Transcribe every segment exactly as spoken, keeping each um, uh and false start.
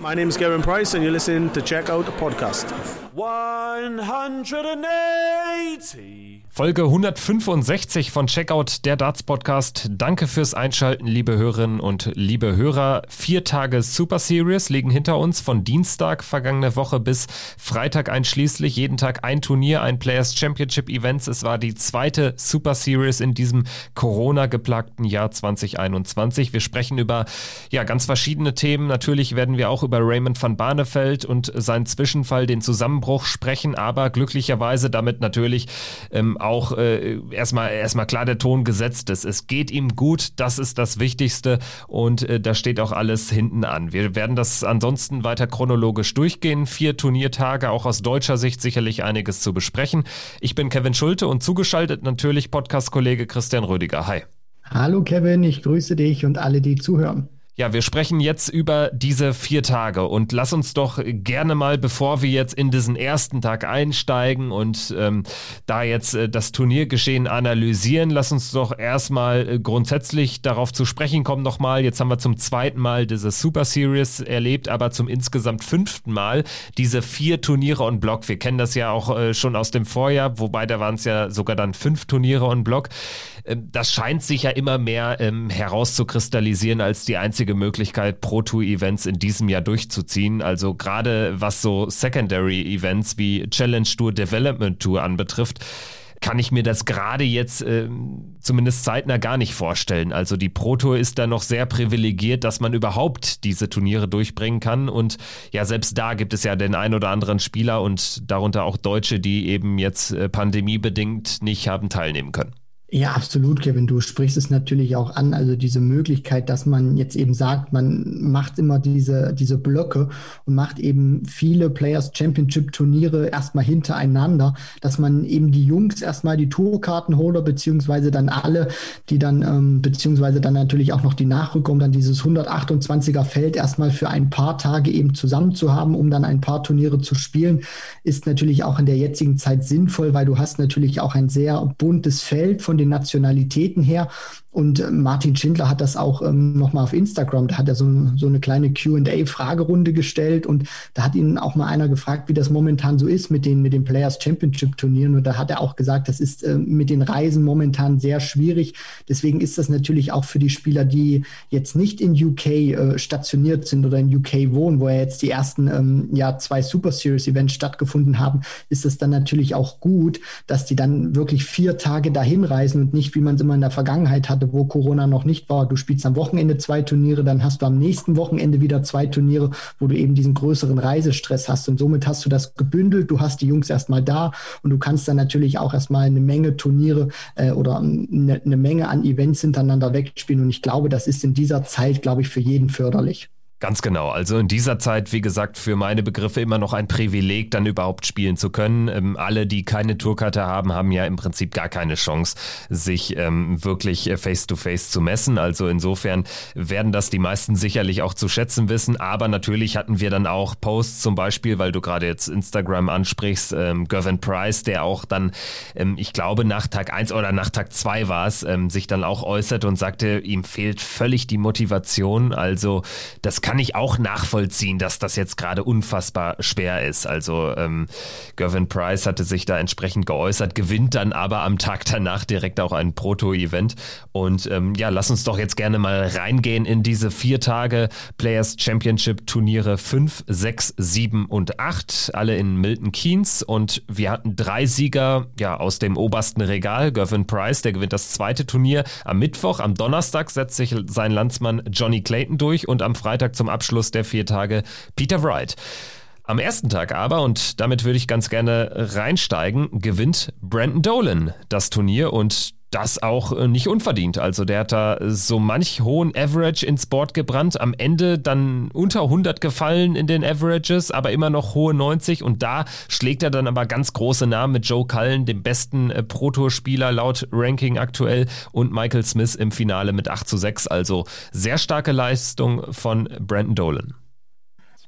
My name is Gavin Price and you're listening to Check Out the Podcast. one eighty Folge hundertfünfundsechzig von Checkout, der Darts-Podcast. Danke fürs Einschalten, liebe Hörerinnen und liebe Hörer. Vier Tage Super Series liegen hinter uns, von Dienstag vergangene Woche bis Freitag einschließlich. Jeden Tag ein Turnier, ein Players Championship Events. Es war die zweite Super Series in diesem Corona-geplagten Jahr zwanzig einundzwanzig. Wir sprechen über ja ganz verschiedene Themen. Natürlich werden wir auch über Raymond van Barneveld und seinen Zwischenfall, den Zusammenbruch sprechen, aber glücklicherweise damit natürlich ähm, auch äh, erstmal erstmal klar der Ton gesetzt ist. Es geht ihm gut, das ist das Wichtigste und äh, da steht auch alles hinten an. Wir werden das ansonsten weiter chronologisch durchgehen. Vier Turniertage, auch aus deutscher Sicht sicherlich einiges zu besprechen. Ich bin Kevin Schulte und zugeschaltet natürlich Podcast-Kollege Christian Rödiger. Hi. Hallo Kevin, ich grüße dich und alle, die zuhören. Ja, wir sprechen jetzt über diese vier Tage und lass uns doch gerne mal, bevor wir jetzt in diesen ersten Tag einsteigen und ähm, da jetzt äh, das Turniergeschehen analysieren, lass uns doch erstmal äh, grundsätzlich darauf zu sprechen kommen nochmal. Jetzt haben wir zum zweiten Mal diese Super Series erlebt, aber zum insgesamt fünften Mal diese vier Turniere on Block. Wir kennen das ja auch äh, schon aus dem Vorjahr, wobei da waren es ja sogar dann fünf Turniere on Block. Ähm, das scheint sich ja immer mehr ähm, herauszukristallisieren als die einzige Möglichkeit, Pro-Tour-Events in diesem Jahr durchzuziehen. Also gerade was so Secondary-Events wie Challenge Tour, Development Tour anbetrifft, kann ich mir das gerade jetzt äh, zumindest zeitnah gar nicht vorstellen. Also die Pro-Tour ist da noch sehr privilegiert, dass man überhaupt diese Turniere durchbringen kann. Und ja, selbst da gibt es ja den ein oder anderen Spieler und darunter auch Deutsche, die eben jetzt äh, pandemiebedingt nicht haben teilnehmen können. Ja, absolut, Kevin. Du sprichst es natürlich auch an. Also diese Möglichkeit, dass man jetzt eben sagt, man macht immer diese, diese Blöcke und macht eben viele Players Championship Turniere erstmal hintereinander, dass man eben die Jungs erstmal die Tourkartenholder beziehungsweise dann alle, die dann, ähm, beziehungsweise dann natürlich auch noch die Nachrücker, um dann dieses hundertachtundzwanziger Feld erstmal für ein paar Tage eben zusammen zu haben, um dann ein paar Turniere zu spielen, ist natürlich auch in der jetzigen Zeit sinnvoll, weil du hast natürlich auch ein sehr buntes Feld von den Nationalitäten her. Und Martin Schindler hat das auch ähm, nochmal auf Instagram, da hat er so, so eine kleine Q and A-Fragerunde gestellt und da hat ihn auch mal einer gefragt, wie das momentan so ist mit den, mit den Players Championship Turnieren und da hat er auch gesagt, das ist äh, mit den Reisen momentan sehr schwierig. Deswegen ist das natürlich auch für die Spieler, die jetzt nicht in U K äh, stationiert sind oder in U K wohnen, wo ja jetzt die ersten ähm, ja, zwei Super Series Events stattgefunden haben, ist es dann natürlich auch gut, dass die dann wirklich vier Tage dahin reisen und nicht, wie man es immer in der Vergangenheit hatte, wo Corona noch nicht war. Du spielst am Wochenende zwei Turniere, dann hast du am nächsten Wochenende wieder zwei Turniere, wo du eben diesen größeren Reisestress hast und somit hast du das gebündelt, du hast die Jungs erstmal da und du kannst dann natürlich auch erstmal eine Menge Turniere äh, oder eine, eine Menge an Events hintereinander wegspielen und ich glaube, das ist in dieser Zeit, glaube ich, für jeden förderlich. Ganz genau. Also in dieser Zeit, wie gesagt, für meine Begriffe immer noch ein Privileg, dann überhaupt spielen zu können. Ähm, alle, die keine Tourkarte haben, haben ja im Prinzip gar keine Chance, sich ähm, wirklich face-to-face zu messen. Also insofern werden das die meisten sicherlich auch zu schätzen wissen. Aber natürlich hatten wir dann auch Posts zum Beispiel, weil du gerade jetzt Instagram ansprichst, ähm, Gavin Price, der auch dann, ähm, ich glaube nach Tag eins oder nach Tag zwei war es, ähm, sich dann auch äußerte und sagte, ihm fehlt völlig die Motivation. Also das kann ich auch nachvollziehen, dass das jetzt gerade unfassbar schwer ist. Also ähm, Gavin Price hatte sich da entsprechend geäußert, gewinnt dann aber am Tag danach direkt auch ein Proto-Event. Und ähm, ja, lass uns doch jetzt gerne mal reingehen in diese vier Tage Players Championship Turniere fünf, sechs, sieben und acht, alle in Milton Keynes. Und wir hatten drei Sieger ja aus dem obersten Regal. Gavin Price, der gewinnt das zweite Turnier am Mittwoch. Am Donnerstag setzt sich sein Landsmann Johnny Clayton durch und am Freitag zum Abschluss der vier Tage Peter Wright. Am ersten Tag aber, und damit würde ich ganz gerne reinsteigen, gewinnt Brandon Dolan das Turnier und das auch nicht unverdient. Also der hat da so manch hohen Average ins Board gebrannt, am Ende dann unter hundert gefallen in den Averages, aber immer noch hohe neunzig und da schlägt er dann aber ganz große Namen mit Joe Cullen, dem besten äh, Pro-Tour-Spieler laut Ranking aktuell und Michael Smith im Finale mit acht zu sechs. Also sehr starke Leistung von Brandon Dolan.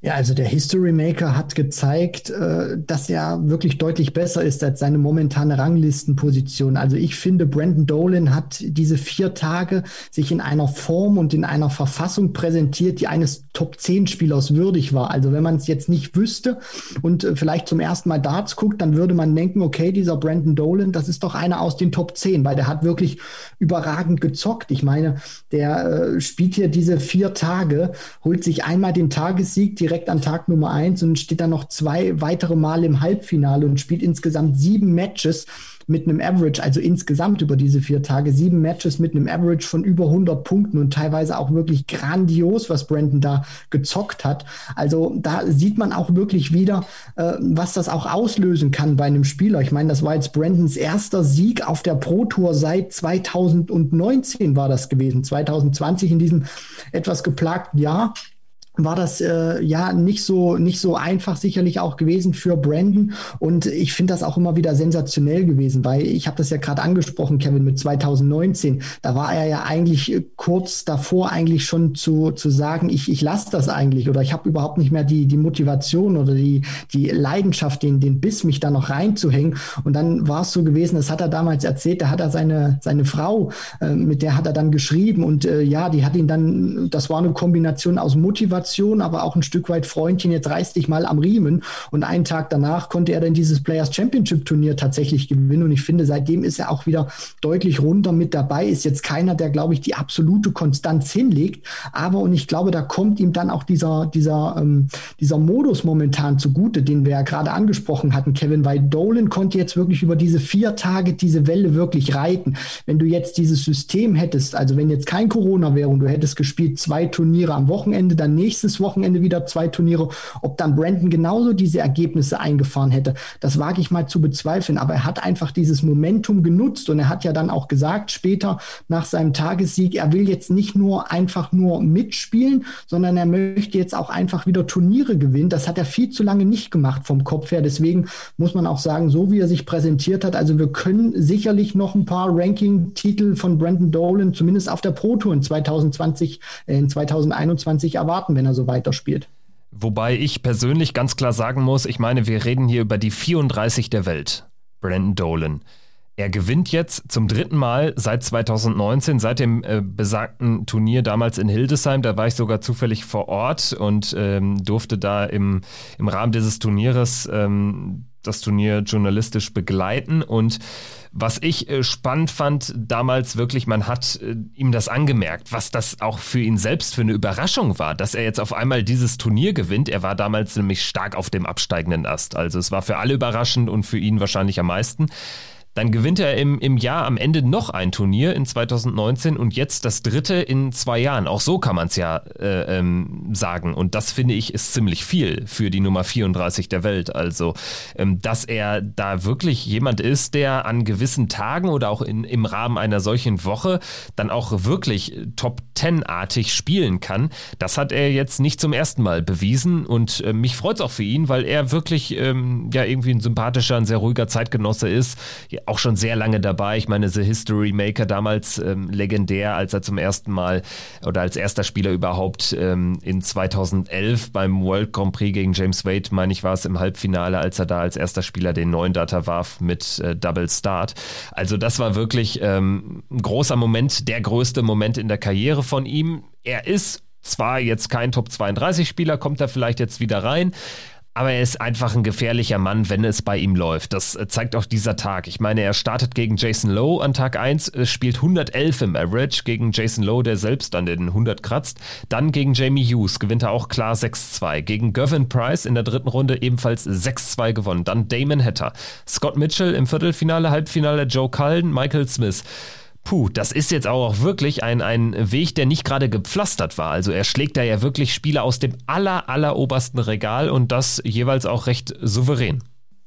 Ja, also der History Maker hat gezeigt, dass er wirklich deutlich besser ist als seine momentane Ranglistenposition. Also ich finde, Brandon Dolan hat diese vier Tage sich in einer Form und in einer Verfassung präsentiert, die eines Top zehn Spielers würdig war. Also wenn man es jetzt nicht wüsste und vielleicht zum ersten Mal Darts guckt, dann würde man denken, okay, dieser Brandon Dolan, das ist doch einer aus den Top zehn, weil der hat wirklich überragend gezockt. Ich meine, der äh, spielt hier diese vier Tage, holt sich einmal den Tagessieg direkt an Tag Nummer eins und steht dann noch zwei weitere Mal im Halbfinale und spielt insgesamt sieben Matches mit einem Average, also insgesamt über diese vier Tage, sieben Matches mit einem Average von über hundert Punkten und teilweise auch wirklich grandios, was Brandon da gezockt hat. Also da sieht man auch wirklich wieder, äh, was das auch auslösen kann bei einem Spieler. Ich meine, das war jetzt Brandons erster Sieg auf der Pro Tour seit zweitausendneunzehn war das gewesen, zwanzig zwanzig in diesem etwas geplagten Jahr. War das äh, ja nicht so nicht so einfach sicherlich auch gewesen für Brandon und ich finde das auch immer wieder sensationell gewesen, weil ich habe das ja gerade angesprochen, Kevin, mit zweitausendneunzehn, da war er ja eigentlich kurz davor eigentlich schon zu zu sagen, ich ich lasse das eigentlich oder ich habe überhaupt nicht mehr die die Motivation oder die die Leidenschaft, den den Biss, mich da noch reinzuhängen und dann war es so gewesen, das hat er damals erzählt, da hat er seine seine Frau, äh, mit der hat er dann geschrieben und äh, ja, die hat ihn dann, das war eine Kombination aus Motivation, aber auch ein Stück weit Freundchen, jetzt reiß dich mal am Riemen. Und einen Tag danach konnte er dann dieses Players Championship Turnier tatsächlich gewinnen. Und ich finde, seitdem ist er auch wieder deutlich runter mit dabei. Ist jetzt keiner, der, glaube ich, die absolute Konstanz hinlegt. Aber, und ich glaube, da kommt ihm dann auch dieser, dieser, ähm, dieser Modus momentan zugute, den wir ja gerade angesprochen hatten, Kevin, weil Dolan konnte jetzt wirklich über diese vier Tage diese Welle wirklich reiten. Wenn du jetzt dieses System hättest, also wenn jetzt kein Corona wäre und du hättest gespielt zwei Turniere am Wochenende, dann nächstes Wochenende wieder zwei Turniere, ob dann Brandon genauso diese Ergebnisse eingefahren hätte, das wage ich mal zu bezweifeln, aber er hat einfach dieses Momentum genutzt und er hat ja dann auch gesagt, später nach seinem Tagessieg, er will jetzt nicht nur einfach nur mitspielen, sondern er möchte jetzt auch einfach wieder Turniere gewinnen. Das hat er viel zu lange nicht gemacht vom Kopf her, deswegen muss man auch sagen, so wie er sich präsentiert hat, also wir können sicherlich noch ein paar Ranking-Titel von Brandon Dolan, zumindest auf der Pro Tour in zwanzig zwanzig, äh, in zwanzig einundzwanzig erwarten, wenn er so weiterspielt. Wobei ich persönlich ganz klar sagen muss, ich meine, wir reden hier über die vierunddreißig der Welt, Brandon Dolan. Er gewinnt jetzt zum dritten Mal seit zweitausendneunzehn, seit dem äh, besagten Turnier damals in Hildesheim. Da war ich sogar zufällig vor Ort und ähm, durfte da im, im Rahmen dieses Turnieres ähm, das Turnier journalistisch begleiten. Und was ich äh, spannend fand damals wirklich, man hat äh, ihm das angemerkt, was das auch für ihn selbst für eine Überraschung war, dass er jetzt auf einmal dieses Turnier gewinnt. Er war damals nämlich stark auf dem absteigenden Ast. Also es war für alle überraschend und für ihn wahrscheinlich am meisten. Dann gewinnt er im, im Jahr am Ende noch ein Turnier in zweitausendneunzehn und jetzt das dritte in zwei Jahren. Auch so kann man es ja äh, ähm, sagen. Und das, finde ich, ist ziemlich viel für die Nummer vierunddreißig der Welt. Also, ähm, dass er da wirklich jemand ist, der an gewissen Tagen oder auch in, im Rahmen einer solchen Woche dann auch wirklich Top Ten-artig spielen kann. Das hat er jetzt nicht zum ersten Mal bewiesen. Und äh, mich freut es auch für ihn, weil er wirklich ähm, ja irgendwie ein sympathischer, ein sehr ruhiger Zeitgenosse ist. Ja, auch schon sehr lange dabei. Ich meine, The History Maker damals ähm, legendär, als er zum ersten Mal oder als erster Spieler überhaupt ähm, in zweitausendelf beim World Grand Prix gegen James Wade, meine ich, war es im Halbfinale, als er da als erster Spieler den neuen Data warf mit äh, Double Start. Also das war wirklich ähm, ein großer Moment, der größte Moment in der Karriere von ihm. Er ist zwar jetzt kein Top zweiunddreißig Spieler, kommt er vielleicht jetzt wieder rein, aber er ist einfach ein gefährlicher Mann, wenn es bei ihm läuft. Das zeigt auch dieser Tag. Ich meine, er startet gegen Jason Lowe an Tag eins, spielt hundertelf im Average gegen Jason Lowe, der selbst an den hundert kratzt. Dann gegen Jamie Hughes gewinnt er auch klar sechs zwei. Gegen Gervin Price in der dritten Runde ebenfalls sechs zwei gewonnen. Dann Damon Hatter, Scott Mitchell im Viertelfinale, Halbfinale Joe Cullen, Michael Smith. Puh, das ist jetzt auch wirklich ein, ein Weg, der nicht gerade gepflastert war. Also er schlägt da ja wirklich Spieler aus dem aller, aller obersten Regal und das jeweils auch recht souverän.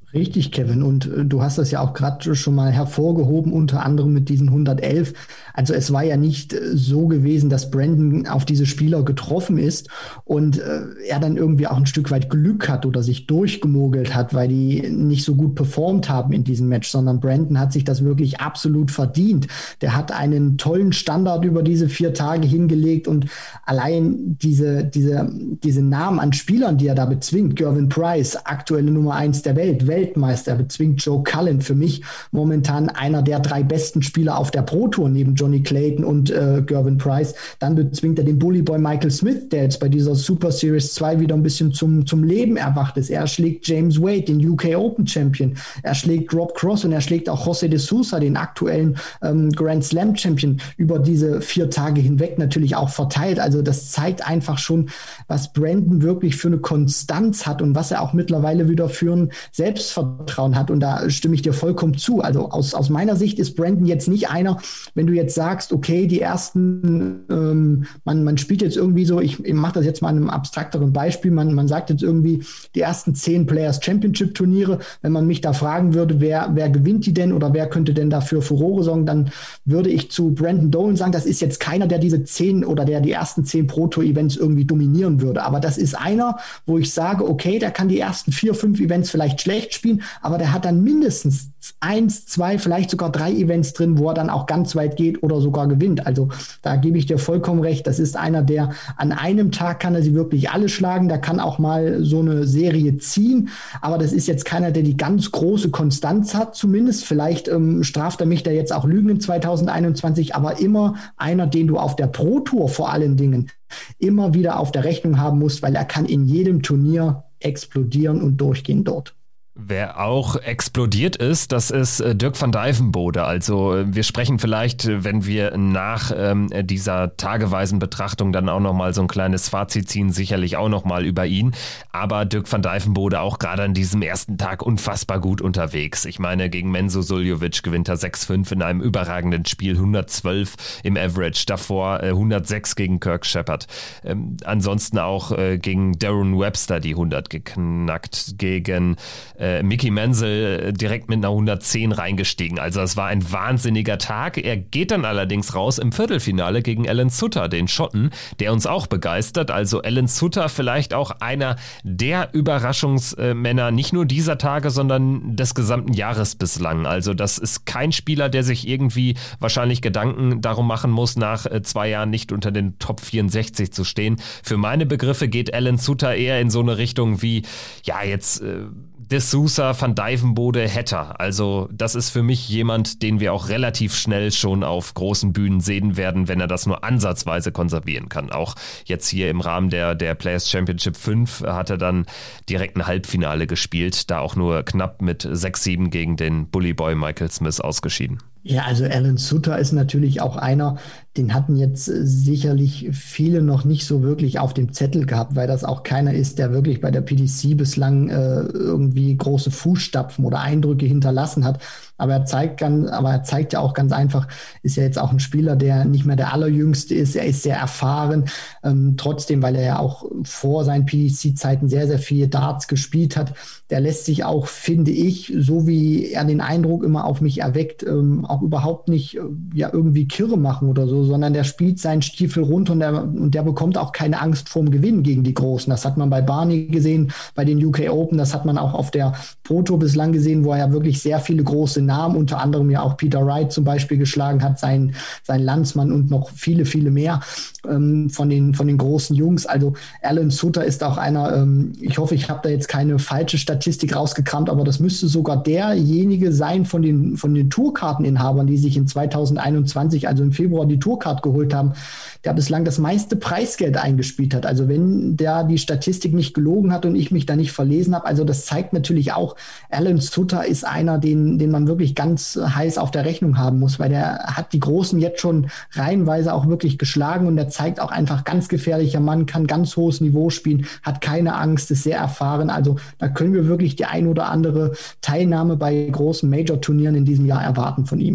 Richtig, Kevin. Und äh, du hast das ja auch gerade schon mal hervorgehoben, unter anderem mit diesen hundertelf. Also es war ja nicht äh, so gewesen, dass Brandon auf diese Spieler getroffen ist und äh, er dann irgendwie auch ein Stück weit Glück hat oder sich durchgemogelt hat, weil die nicht so gut performt haben in diesem Match, sondern Brandon hat sich das wirklich absolut verdient. Der hat einen tollen Standard über diese vier Tage hingelegt und allein diese, diese, diese Namen an Spielern, die er da bezwingt, Gervin Price, aktuelle Nummer eins der Welt, Weltmeister, bezwingt Joe Cullen, für mich momentan einer der drei besten Spieler auf der Pro Tour neben Johnny Clayton und äh, Gervin Price. Dann bezwingt er den Bully Boy Michael Smith, der jetzt bei dieser Super Series zwei wieder ein bisschen zum, zum Leben erwacht ist. Er schlägt James Wade, den U K Open Champion. Er schlägt Rob Cross und er schlägt auch José de Sousa, den aktuellen ähm, Grand Slam Champion, über diese vier Tage hinweg natürlich auch verteilt. Also das zeigt einfach schon, was Brandon wirklich für eine Konstanz hat und was er auch mittlerweile wieder für ein Selbstvertrauen hat. Und da stimme ich dir vollkommen zu. Also aus, aus meiner Sicht ist Brandon jetzt nicht einer, wenn du jetzt sagst, okay, die ersten, ähm, man, man spielt jetzt irgendwie so, ich, ich mache das jetzt mal in einem abstrakteren Beispiel, man, man sagt jetzt irgendwie die ersten zehn Players Championship Turniere, wenn man mich da fragen würde, wer, wer gewinnt die denn oder wer könnte denn dafür Furore sorgen, dann würde ich zu Brandon Dolan sagen, das ist jetzt keiner, der diese zehn oder der die ersten zehn Pro Tour Events irgendwie dominieren würde. Aber das ist einer, wo ich sage, okay, der kann die ersten vier, fünf Events vielleicht schlecht spielen, aber der hat dann mindestens eins, zwei, vielleicht sogar drei Events drin, wo er dann auch ganz weit geht oder sogar gewinnt. Also da gebe ich dir vollkommen recht. Das ist einer, der an einem Tag kann er sie wirklich alle schlagen. Der kann auch mal so eine Serie ziehen. Aber das ist jetzt keiner, der die ganz große Konstanz hat, zumindest. Vielleicht ähm, straft er mich da jetzt auch Lügen in zwanzig einundzwanzig, aber immer einer, den du auf der Pro Tour vor allen Dingen immer wieder auf der Rechnung haben musst, weil er kann in jedem Turnier explodieren und durchgehen dort. Wer auch explodiert ist, das ist Dirk van Dijvenbode. Also wir sprechen vielleicht, wenn wir nach ähm, dieser tageweisen Betrachtung dann auch nochmal so ein kleines Fazit ziehen, sicherlich auch nochmal über ihn. Aber Dirk van Dijvenbode auch gerade an diesem ersten Tag unfassbar gut unterwegs. Ich meine, gegen Menzo Suljovic gewinnt er sechs fünf in einem überragenden Spiel, hundertzwölf im Average, davor äh, hundertsechs gegen Kirk Shepard. Ähm, ansonsten auch äh, gegen Darren Webster die hundert geknackt, gegen äh, Mickey Menzel direkt mit einer hundertzehn reingestiegen. Also es war ein wahnsinniger Tag. Er geht dann allerdings raus im Viertelfinale gegen Alan Sutter, den Schotten, der uns auch begeistert. Also Alan Sutter vielleicht auch einer der Überraschungsmänner, nicht nur dieser Tage, sondern des gesamten Jahres bislang. Also das ist kein Spieler, der sich irgendwie wahrscheinlich Gedanken darum machen muss, nach zwei Jahren nicht unter den Top vierundsechzig zu stehen. Für meine Begriffe geht Alan Sutter eher in so eine Richtung wie, ja jetzt äh, de Sousa, Van Dijvenbode, Hetter. Also das ist für mich jemand, den wir auch relativ schnell schon auf großen Bühnen sehen werden, wenn er das nur ansatzweise konservieren kann. Auch jetzt hier im Rahmen der, der Players Championship fünf hat er dann direkt ein Halbfinale gespielt, da auch nur knapp mit sechs sieben gegen den Bully Boy Michael Smith ausgeschieden. Ja, also Alan Sutter ist natürlich auch einer, den hatten jetzt sicherlich viele noch nicht so wirklich auf dem Zettel gehabt, weil das auch keiner ist, der wirklich bei der P D C bislang äh, irgendwie große Fußstapfen oder Eindrücke hinterlassen hat. Aber er zeigt ganz, aber er zeigt ja auch ganz einfach, ist ja jetzt auch ein Spieler, der nicht mehr der Allerjüngste ist. Er ist sehr erfahren. Ähm, trotzdem, weil er ja auch vor seinen P D C-Zeiten sehr, sehr viele Darts gespielt hat. Der lässt sich auch, finde ich, so wie er den Eindruck immer auf mich erweckt, ähm, auch überhaupt nicht äh, ja irgendwie kirre machen oder so, sondern der spielt seinen Stiefel runter und der, und der bekommt auch keine Angst vorm Gewinn gegen die Großen. Das hat man bei Barney gesehen, bei den U K Open. Das hat man auch auf der Pro Tour bislang gesehen, wo er ja wirklich sehr viele große Namen, unter anderem ja auch Peter Wright zum Beispiel geschlagen hat, sein, sein Landsmann und noch viele, viele mehr ähm, von den, von den großen Jungs. Also Alan Sutter ist auch einer, ähm, ich hoffe, ich habe da jetzt keine falsche Statistik rausgekramt, aber das müsste sogar derjenige sein von den, von den Tourkarteninhabern, die sich in zwanzig einundzwanzig, also im Februar, die Tourcard geholt haben, der bislang das meiste Preisgeld eingespielt hat. Also wenn der die Statistik nicht gelogen hat und ich mich da nicht verlesen habe, also das zeigt natürlich auch, Alan Sutter ist einer, den, den man wirklich ganz heiß auf der Rechnung haben muss, weil der hat die Großen jetzt schon reihenweise auch wirklich geschlagen und der zeigt auch einfach ganz gefährlicher Mann, kann ganz hohes Niveau spielen, hat keine Angst, ist sehr erfahren. Also da können wir wirklich die ein oder andere Teilnahme bei großen Major-Turnieren in diesem Jahr erwarten von ihm.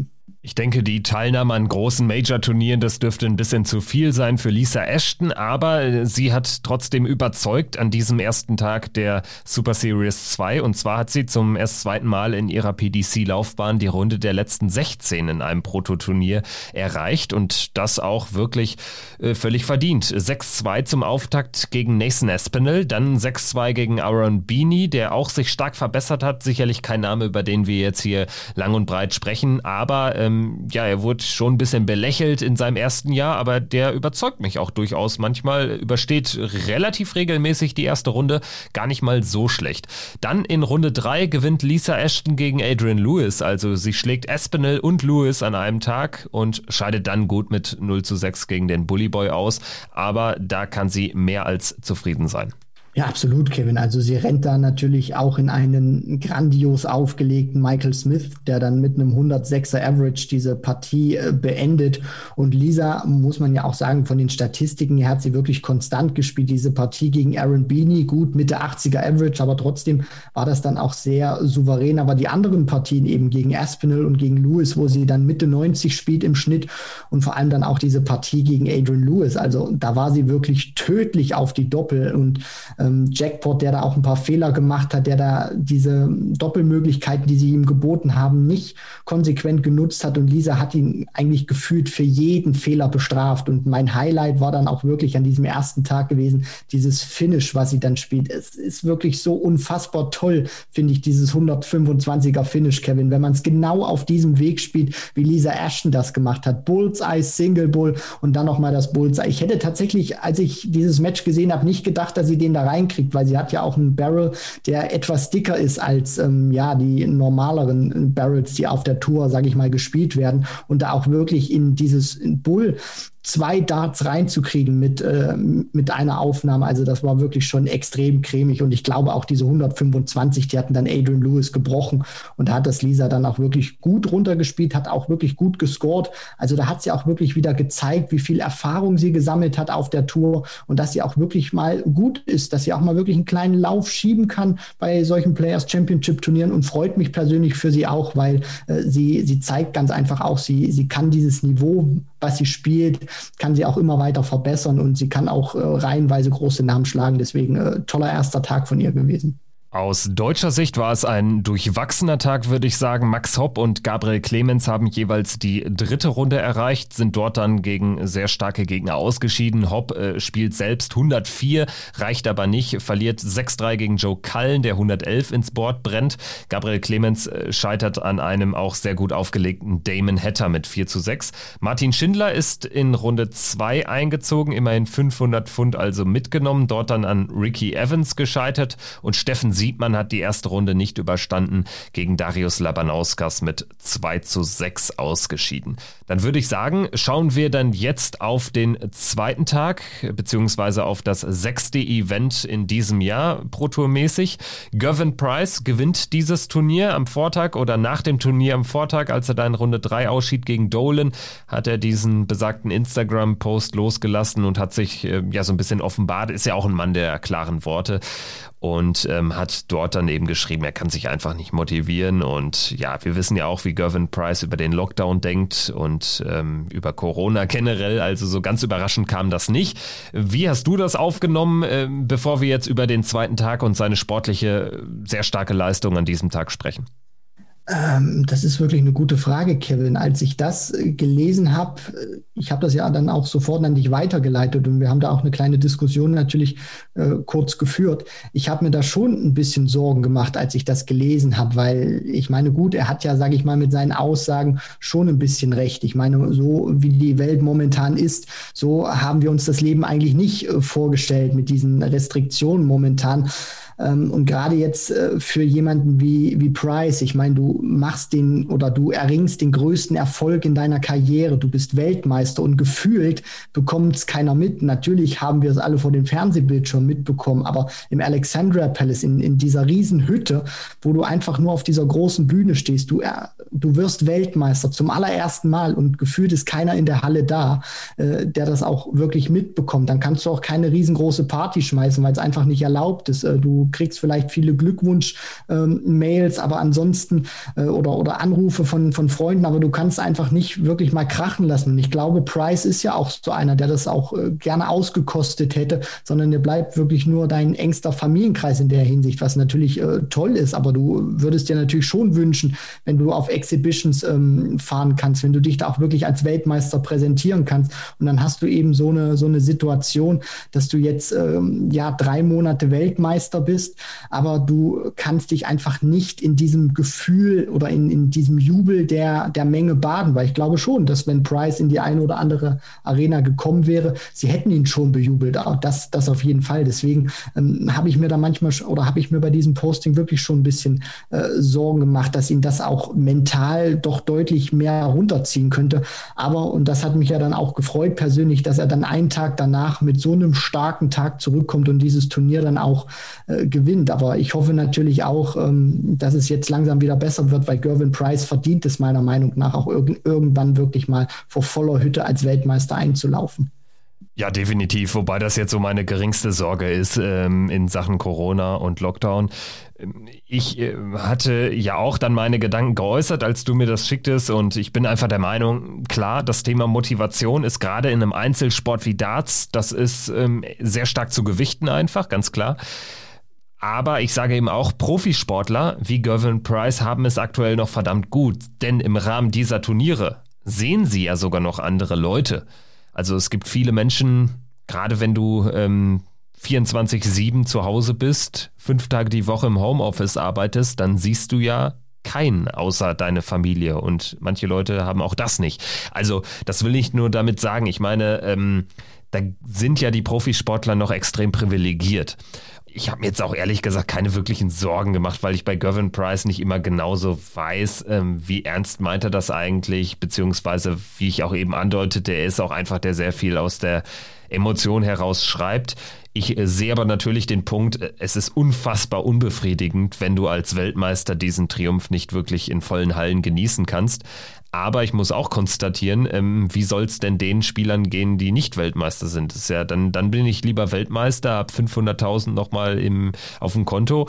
Ich denke, die Teilnahme an großen Major-Turnieren, das dürfte ein bisschen zu viel sein für Lisa Ashton, aber sie hat trotzdem überzeugt an diesem ersten Tag der Super Series zwei, und zwar hat sie zum erst zweiten Mal in ihrer P D C-Laufbahn die Runde der letzten sechzehn in einem Prototurnier erreicht und das auch wirklich äh, völlig verdient. sechs zwei zum Auftakt gegen Nathan Aspinall, dann sechs zwei gegen Aaron Beeney, der auch sich stark verbessert hat, sicherlich kein Name, über den wir jetzt hier lang und breit sprechen, aber ähm, ja, er wurde schon ein bisschen belächelt in seinem ersten Jahr, aber der überzeugt mich auch durchaus manchmal, übersteht relativ regelmäßig die erste Runde, gar nicht mal so schlecht. Dann in Runde drei gewinnt Lisa Ashton gegen Adrian Lewis, also sie schlägt Aspinall und Lewis an einem Tag und scheidet dann gut mit null zu sechs gegen den Bully Boy aus, aber da kann sie mehr als zufrieden sein. Ja, absolut, Kevin. Also sie rennt da natürlich auch in einen grandios aufgelegten Michael Smith, der dann mit einem hundertsechser Average diese Partie äh, beendet. Und Lisa, muss man ja auch sagen, von den Statistiken her hat sie wirklich konstant gespielt. Diese Partie gegen Aaron Beeney, gut Mitte achtziger Average, aber trotzdem war das dann auch sehr souverän. Aber die anderen Partien eben gegen Aspinall und gegen Lewis, wo sie dann Mitte neunzig spielt im Schnitt und vor allem dann auch diese Partie gegen Adrian Lewis, also da war sie wirklich tödlich auf die Doppel und äh, Jackpot, der da auch ein paar Fehler gemacht hat, der da diese Doppelmöglichkeiten, die sie ihm geboten haben, nicht konsequent genutzt hat und Lisa hat ihn eigentlich gefühlt für jeden Fehler bestraft und mein Highlight war dann auch wirklich an diesem ersten Tag gewesen, dieses Finish, was sie dann spielt. Es ist wirklich so unfassbar toll, finde ich, dieses hundertfünfundzwanziger Finish, Kevin, wenn man es genau auf diesem Weg spielt, wie Lisa Ashton das gemacht hat. Bullseye, Single Bull und dann nochmal das Bullseye. Ich hätte tatsächlich, als ich dieses Match gesehen habe, nicht gedacht, dass sie den da rein reinkriegt, weil sie hat ja auch einen Barrel, der etwas dicker ist als ähm, ja die normaleren Barrels, die auf der Tour, sage ich mal, gespielt werden und da auch wirklich in dieses Bull zwei Darts reinzukriegen mit, äh, mit einer Aufnahme. Also das war wirklich schon extrem cremig und ich glaube auch diese hundertfünfundzwanzig, die hatten dann Adrian Lewis gebrochen und da hat das Lisa dann auch wirklich gut runtergespielt, hat auch wirklich gut gescored. Also da hat sie auch wirklich wieder gezeigt, wie viel Erfahrung sie gesammelt hat auf der Tour und dass sie auch wirklich mal gut ist, dass sie auch mal wirklich einen kleinen Lauf schieben kann bei solchen Players Championship Turnieren und freut mich persönlich für sie auch, weil äh, sie, sie zeigt ganz einfach auch, sie, sie kann dieses Niveau, was sie spielt, kann sie auch immer weiter verbessern und sie kann auch äh, reihenweise große Namen schlagen. Deswegen äh, toller erster Tag von ihr gewesen. Aus deutscher Sicht war es ein durchwachsener Tag, würde ich sagen. Max Hopp und Gabriel Clemens haben jeweils die dritte Runde erreicht, sind dort dann gegen sehr starke Gegner ausgeschieden. Hopp äh, spielt selbst hundertvier, reicht aber nicht, verliert sechs drei gegen Joe Cullen, der hundertelf ins Board brennt. Gabriel Clemens äh, scheitert an einem auch sehr gut aufgelegten Damon Hatter mit vier zu sechs. Martin Schindler ist in Runde zwei eingezogen, immerhin fünfhundert Pfund also mitgenommen, dort dann an Ricky Evans gescheitert und Steffen Siebmann hat die erste Runde nicht überstanden, gegen Darius Labanauskas mit zwei zu sechs ausgeschieden. Dann würde ich sagen, schauen wir dann jetzt auf den zweiten Tag, beziehungsweise auf das sechste Event in diesem Jahr, Pro-Tour-mäßig. Gervin Price gewinnt dieses Turnier am Vortag oder nach dem Turnier am Vortag, als er da in Runde drei ausschied gegen Dolan, hat er diesen besagten Instagram-Post losgelassen und hat sich äh, ja so ein bisschen offenbart, ist ja auch ein Mann der klaren Worte und ähm, hat dort dann eben geschrieben, er kann sich einfach nicht motivieren und ja, wir wissen ja auch, wie Gervin Price über den Lockdown denkt und ähm, über Corona generell, also so ganz überraschend kam das nicht. Wie hast du das aufgenommen, äh, bevor wir jetzt über den zweiten Tag und seine sportliche, sehr starke Leistung an diesem Tag sprechen? Ähm, das ist wirklich eine gute Frage, Kevin. Als ich das äh, gelesen habe, ich habe das ja dann auch sofort an dich weitergeleitet und wir haben da auch eine kleine Diskussion natürlich äh, kurz geführt. Ich habe mir da schon ein bisschen Sorgen gemacht, als ich das gelesen habe, weil ich meine, gut, er hat ja, sage ich mal, mit seinen Aussagen schon ein bisschen recht. Ich meine, so wie die Welt momentan ist, so haben wir uns das Leben eigentlich nicht äh, vorgestellt mit diesen Restriktionen momentan. Und gerade jetzt für jemanden wie, wie Price, ich meine, du machst den oder du erringst den größten Erfolg in deiner Karriere, du bist Weltmeister und gefühlt bekommt es keiner mit. Natürlich haben wir es alle vor dem Fernsehbildschirm mitbekommen, aber im Alexandria Palace, in, in dieser riesen Hütte, wo du einfach nur auf dieser großen Bühne stehst, du, du wirst Weltmeister zum allerersten Mal und gefühlt ist keiner in der Halle da, äh, der das auch wirklich mitbekommt. Dann kannst du auch keine riesengroße Party schmeißen, weil es einfach nicht erlaubt ist. Äh, du du kriegst vielleicht viele Glückwunsch-Mails, ähm, aber ansonsten äh, oder, oder Anrufe von, von Freunden, aber du kannst einfach nicht wirklich mal krachen lassen. Und ich glaube, Price ist ja auch so einer, der das auch äh, gerne ausgekostet hätte, sondern der bleibt wirklich nur dein engster Familienkreis in der Hinsicht, was natürlich äh, toll ist, aber du würdest dir natürlich schon wünschen, wenn du auf Exhibitions ähm, fahren kannst, wenn du dich da auch wirklich als Weltmeister präsentieren kannst. Und dann hast du eben so eine, so eine Situation, dass du jetzt ähm, ja drei Monate Weltmeister bist, aber du kannst dich einfach nicht in diesem Gefühl oder in, in diesem Jubel der, der Menge baden, weil ich glaube schon, dass wenn Price in die eine oder andere Arena gekommen wäre, sie hätten ihn schon bejubelt. Das, das auf jeden Fall. Deswegen ähm, habe ich mir da manchmal oder habe ich mir bei diesem Posting wirklich schon ein bisschen äh, Sorgen gemacht, dass ihn das auch mental doch deutlich mehr runterziehen könnte. Aber, und das hat mich ja dann auch gefreut persönlich, dass er dann einen Tag danach mit so einem starken Tag zurückkommt und dieses Turnier dann auch äh, gewinnt. Aber ich hoffe natürlich auch, ähm, dass es jetzt langsam wieder besser wird, weil Gervin Price verdient es meiner Meinung nach auch irg- irgendwann wirklich mal vor voller Hütte als Weltmeister einzulaufen. Ja, definitiv, wobei das jetzt so meine geringste Sorge ist ähm, in Sachen Corona und Lockdown. Ich äh, hatte ja auch dann meine Gedanken geäußert, als du mir das schicktest, und ich bin einfach der Meinung, klar, das Thema Motivation ist gerade in einem Einzelsport wie Darts, das ist ähm, sehr stark zu gewichten einfach, ganz klar. Aber ich sage eben auch, Profisportler wie Gervin Price haben es aktuell noch verdammt gut, denn im Rahmen dieser Turniere sehen sie ja sogar noch andere Leute. Also es gibt viele Menschen, gerade wenn du ähm, vierundzwanzig sieben zu Hause bist, fünf Tage die Woche im Homeoffice arbeitest, dann siehst du ja keinen außer deine Familie, und manche Leute haben auch das nicht. Also das will ich nur damit sagen. Ich meine, ähm, da sind ja die Profisportler noch extrem privilegiert. Ich habe mir jetzt auch ehrlich gesagt keine wirklichen Sorgen gemacht, weil ich bei Gervin Price nicht immer genauso weiß, ähm, wie ernst meint er das eigentlich, beziehungsweise wie ich auch eben andeutete, er ist auch einfach der sehr viel aus der Emotion heraus schreibt. Ich äh, sehe aber natürlich den Punkt, es ist unfassbar unbefriedigend, wenn du als Weltmeister diesen Triumph nicht wirklich in vollen Hallen genießen kannst. Aber ich muss auch konstatieren, ähm, wie soll es denn den Spielern gehen, die nicht Weltmeister sind? Das ist ja, dann, dann bin ich lieber Weltmeister, habe fünfhunderttausend nochmal im, auf dem Konto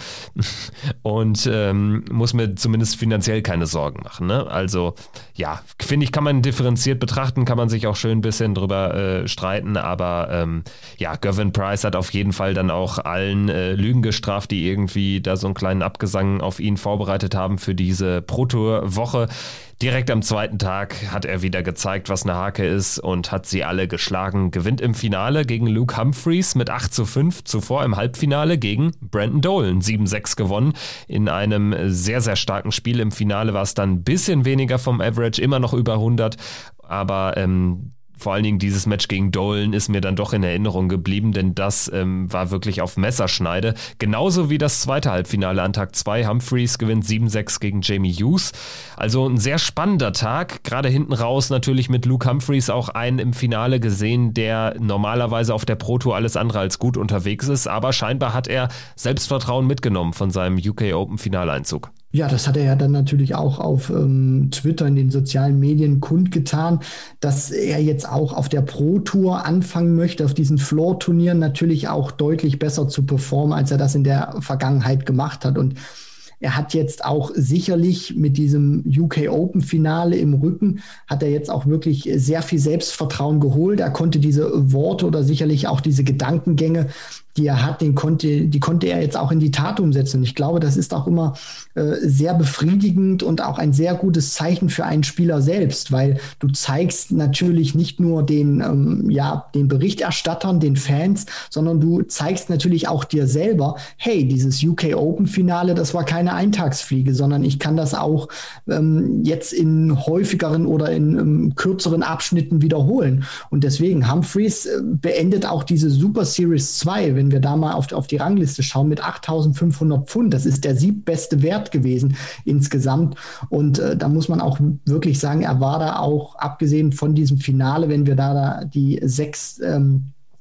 und ähm, muss mir zumindest finanziell keine Sorgen machen. Ne? Also ja, finde ich, kann man differenziert betrachten, kann man sich auch schön ein bisschen drüber äh, streiten, aber ähm, ja, Gervin Price hat auf jeden Fall dann auch allen äh, Lügen gestraft, die irgendwie da so einen kleinen Abgesang auf ihn vorbereitet haben für diese Pro-Tour-Woche. Direkt am zweiten Tag hat er wieder gezeigt, was eine Hake ist, und hat sie alle geschlagen. Gewinnt im Finale gegen Luke Humphries mit acht zu fünf. Zuvor im Halbfinale gegen Brandon Dolan sieben sechs gewonnen. In einem sehr, sehr starken Spiel. Im Finale war es dann ein bisschen weniger vom Average, immer noch über hundert. Aber ähm, vor allen Dingen dieses Match gegen Dolan ist mir dann doch in Erinnerung geblieben, denn das ähm, war wirklich auf Messerschneide. Genauso wie das zweite Halbfinale an Tag zwei. Humphries gewinnt sieben sechs gegen Jamie Hughes. Also ein sehr spannender Tag. Gerade hinten raus natürlich mit Luke Humphries auch einen im Finale gesehen, der normalerweise auf der Pro Tour alles andere als gut unterwegs ist. Aber scheinbar hat er Selbstvertrauen mitgenommen von seinem U K Open Finaleinzug. Ja, das hat er ja dann natürlich auch auf ähm, Twitter, in den sozialen Medien kundgetan, dass er jetzt auch auf der Pro-Tour anfangen möchte, auf diesen Floor-Turnieren natürlich auch deutlich besser zu performen, als er das in der Vergangenheit gemacht hat. Und er hat jetzt auch sicherlich mit diesem U K Open Finale im Rücken, hat er jetzt auch wirklich sehr viel Selbstvertrauen geholt. Er konnte diese Worte oder sicherlich auch diese Gedankengänge, die er hat, den konnte, die konnte er jetzt auch in die Tat umsetzen. Und ich glaube, das ist auch immer äh, sehr befriedigend und auch ein sehr gutes Zeichen für einen Spieler selbst, weil du zeigst natürlich nicht nur den, ähm, ja, den Berichterstattern, den Fans, sondern du zeigst natürlich auch dir selber, hey, dieses U K Open Finale, das war keine Eintagsfliege, sondern ich kann das auch ähm, jetzt in häufigeren oder in ähm, kürzeren Abschnitten wiederholen. Und deswegen, Humphries äh, beendet auch diese Super Series zwei, wenn wir da mal auf, auf die Rangliste schauen, mit achttausendfünfhundert Pfund. Das ist der siebbeste Wert gewesen insgesamt. Und äh, da muss man auch wirklich sagen, er war da auch, abgesehen von diesem Finale, wenn wir da, da die sechs ähm,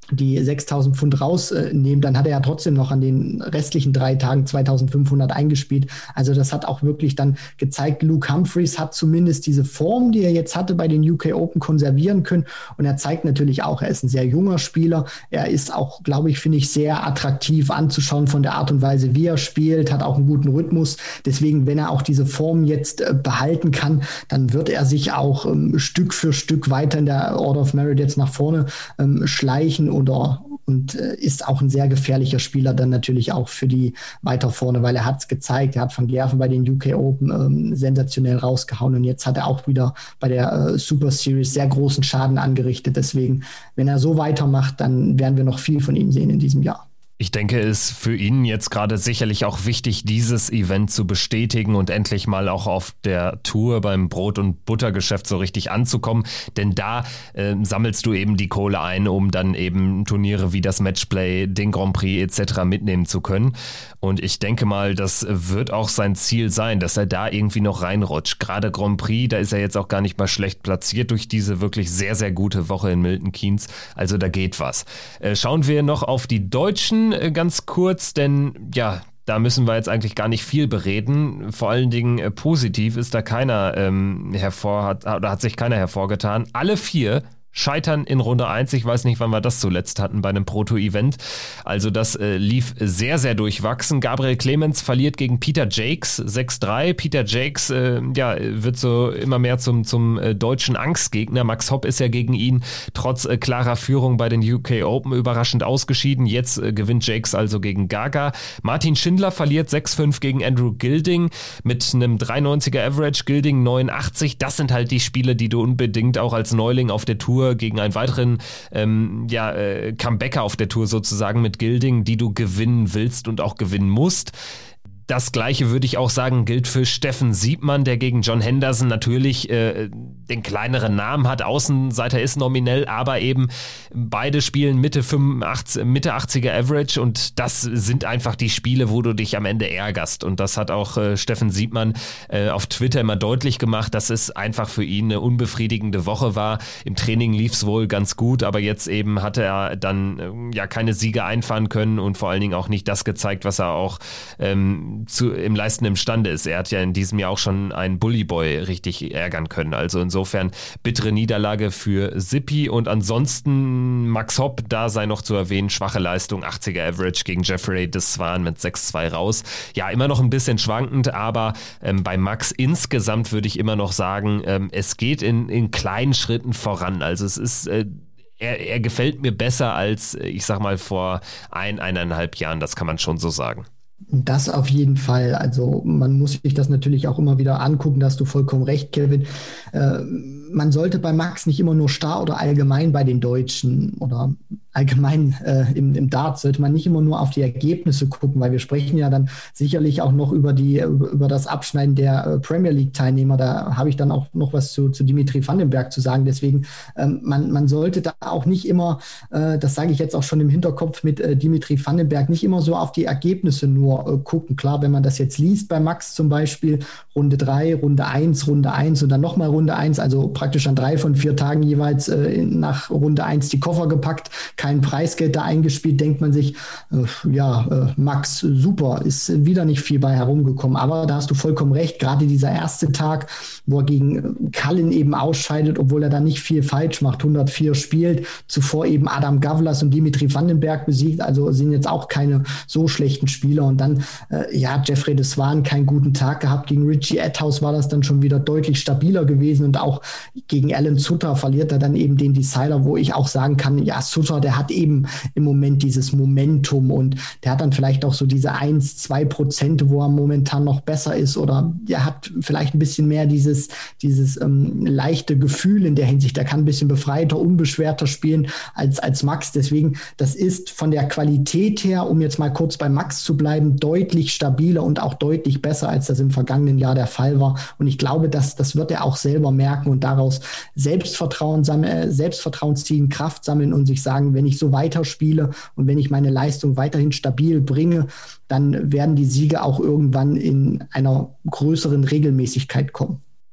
die sechstausend Pfund rausnehmen, dann hat er ja trotzdem noch an den restlichen drei Tagen zweitausendfünfhundert eingespielt. Also das hat auch wirklich dann gezeigt, Luke Humphreys hat zumindest diese Form, die er jetzt hatte bei den U K Open, konservieren können. Und er zeigt natürlich auch, er ist ein sehr junger Spieler. Er ist auch, glaube ich, finde ich, sehr attraktiv anzuschauen von der Art und Weise, wie er spielt, hat auch einen guten Rhythmus. Deswegen, wenn er auch diese Form jetzt äh, behalten kann, dann wird er sich auch ähm, Stück für Stück weiter in der Order of Merit jetzt nach vorne ähm, schleichen oder und äh, ist auch ein sehr gefährlicher Spieler dann natürlich auch für die weiter vorne, weil er hat es gezeigt, er hat Van Gerven bei den U K Open ähm, sensationell rausgehauen und jetzt hat er auch wieder bei der äh, Super Series sehr großen Schaden angerichtet. Deswegen, wenn er so weitermacht, dann werden wir noch viel von ihm sehen in diesem Jahr. Ich denke, es ist für ihn jetzt gerade sicherlich auch wichtig, dieses Event zu bestätigen und endlich mal auch auf der Tour beim Brot- und Buttergeschäft so richtig anzukommen. Denn da äh, sammelst du eben die Kohle ein, um dann eben Turniere wie das Matchplay, den Grand Prix et cetera mitnehmen zu können. Und ich denke mal, das wird auch sein Ziel sein, dass er da irgendwie noch reinrutscht. Gerade Grand Prix, da ist er jetzt auch gar nicht mal schlecht platziert durch diese wirklich sehr, sehr gute Woche in Milton Keynes. Also da geht was. Äh, schauen wir noch auf die Deutschen ganz kurz, denn ja, da müssen wir jetzt eigentlich gar nicht viel bereden. Vor allen Dingen äh, positiv ist da keiner ähm, hervor, hat, oder hat sich keiner hervorgetan. Alle vier scheitern in Runde eins. Ich weiß nicht, wann wir das zuletzt hatten bei einem Proto-Event. Also das äh, lief sehr, sehr durchwachsen. Gabriel Clemens verliert gegen Peter Jakes sechs drei. Peter Jakes äh, ja, wird so immer mehr zum, zum äh, deutschen Angstgegner. Max Hopp ist ja gegen ihn trotz äh, klarer Führung bei den U K Open überraschend ausgeschieden. Jetzt äh, gewinnt Jakes also gegen Gaga. Martin Schindler verliert sechs fünf gegen Andrew Gilding mit einem drei neunziger Average. Gilding neunundachtzig. Das sind halt die Spiele, die du unbedingt auch als Neuling auf der Tour gegen einen weiteren ähm, ja, äh, Comebacker auf der Tour sozusagen mit Gilding, die du gewinnen willst und auch gewinnen musst. Das Gleiche würde ich auch sagen, gilt für Steffen Siebmann, der gegen John Henderson natürlich äh, den kleineren Namen hat. Außenseiter ist nominell, aber eben beide spielen Mitte fünfundachtzig, Mitte achtziger Average und das sind einfach die Spiele, wo du dich am Ende ärgerst. Und das hat auch äh, Steffen Siebmann äh, auf Twitter immer deutlich gemacht, dass es einfach für ihn eine unbefriedigende Woche war. Im Training lief es wohl ganz gut, aber jetzt eben hatte er dann äh, ja keine Siege einfahren können und vor allen Dingen auch nicht das gezeigt, was er auch ähm, Zu, im Leisten imstande ist. Er hat ja in diesem Jahr auch schon einen Bullyboy richtig ärgern können. Also insofern bittere Niederlage für Sippi und ansonsten Max Hopp, da sei noch zu erwähnen, schwache Leistung, achtziger Average gegen Jeffrey de Swan mit sechs zwei raus. Ja, immer noch ein bisschen schwankend, aber ähm, bei Max insgesamt würde ich immer noch sagen, ähm, es geht in, in kleinen Schritten voran. Also es ist äh, er, er gefällt mir besser als, ich sag mal, vor ein, eineinhalb Jahren, das kann man schon so sagen. Das auf jeden Fall. Also man muss sich das natürlich auch immer wieder angucken, da hast du vollkommen recht, Kevin. Äh, man sollte bei Max nicht immer nur starr oder allgemein bei den Deutschen oder allgemein äh, im, im Dart sollte man nicht immer nur auf die Ergebnisse gucken, weil wir sprechen ja dann sicherlich auch noch über die über, über das Abschneiden der äh, Premier League Teilnehmer. Da habe ich dann auch noch was zu, zu Dimitri Vandenberg zu sagen. Deswegen ähm, man, man sollte da auch nicht immer, äh, das sage ich jetzt auch schon im Hinterkopf mit äh, Dimitri Vandenberg, nicht immer so auf die Ergebnisse nur äh, gucken. Klar, wenn man das jetzt liest bei Max zum Beispiel, Runde drei, Runde eins, Runde eins und dann nochmal Runde eins, also praktisch an drei von vier Tagen jeweils äh, nach Runde eins die Koffer gepackt, kein Preisgeld da eingespielt, denkt man sich, äh, ja, äh, Max, super, ist wieder nicht viel bei herumgekommen. Aber da hast du vollkommen recht, gerade dieser erste Tag, wo er gegen Cullen eben ausscheidet, obwohl er da nicht viel falsch macht, hundertvier spielt, zuvor eben Adam Gavlas und Dimitri Vandenberg besiegt, also sind jetzt auch keine so schlechten Spieler. Und dann, äh, ja, Jeffrey de Swan keinen guten Tag gehabt, gegen Richie Etthaus war das dann schon wieder deutlich stabiler gewesen und auch gegen Alan Sutter verliert er dann eben den Decider, wo ich auch sagen kann, ja, Sutter, der hat eben im Moment dieses Momentum und der hat dann vielleicht auch so diese eins, zwei Prozent, wo er momentan noch besser ist oder der hat vielleicht ein bisschen mehr dieses, dieses ähm, leichte Gefühl in der Hinsicht. Der kann ein bisschen befreiter, unbeschwerter spielen als, als Max. Deswegen, das ist von der Qualität her, um jetzt mal kurz bei Max zu bleiben, deutlich stabiler und auch deutlich besser, als das im vergangenen Jahr der Fall war. Und ich glaube, dass, das wird er auch selber merken und daraus Selbstvertrauen sammeln, Selbstvertrauen ziehen, Kraft sammeln und sich sagen, wenn ich so weiterspiele und wenn ich meine Leistung weiterhin stabil bringe, dann werden die Siege auch irgendwann in einer größeren Regelmäßigkeit kommen.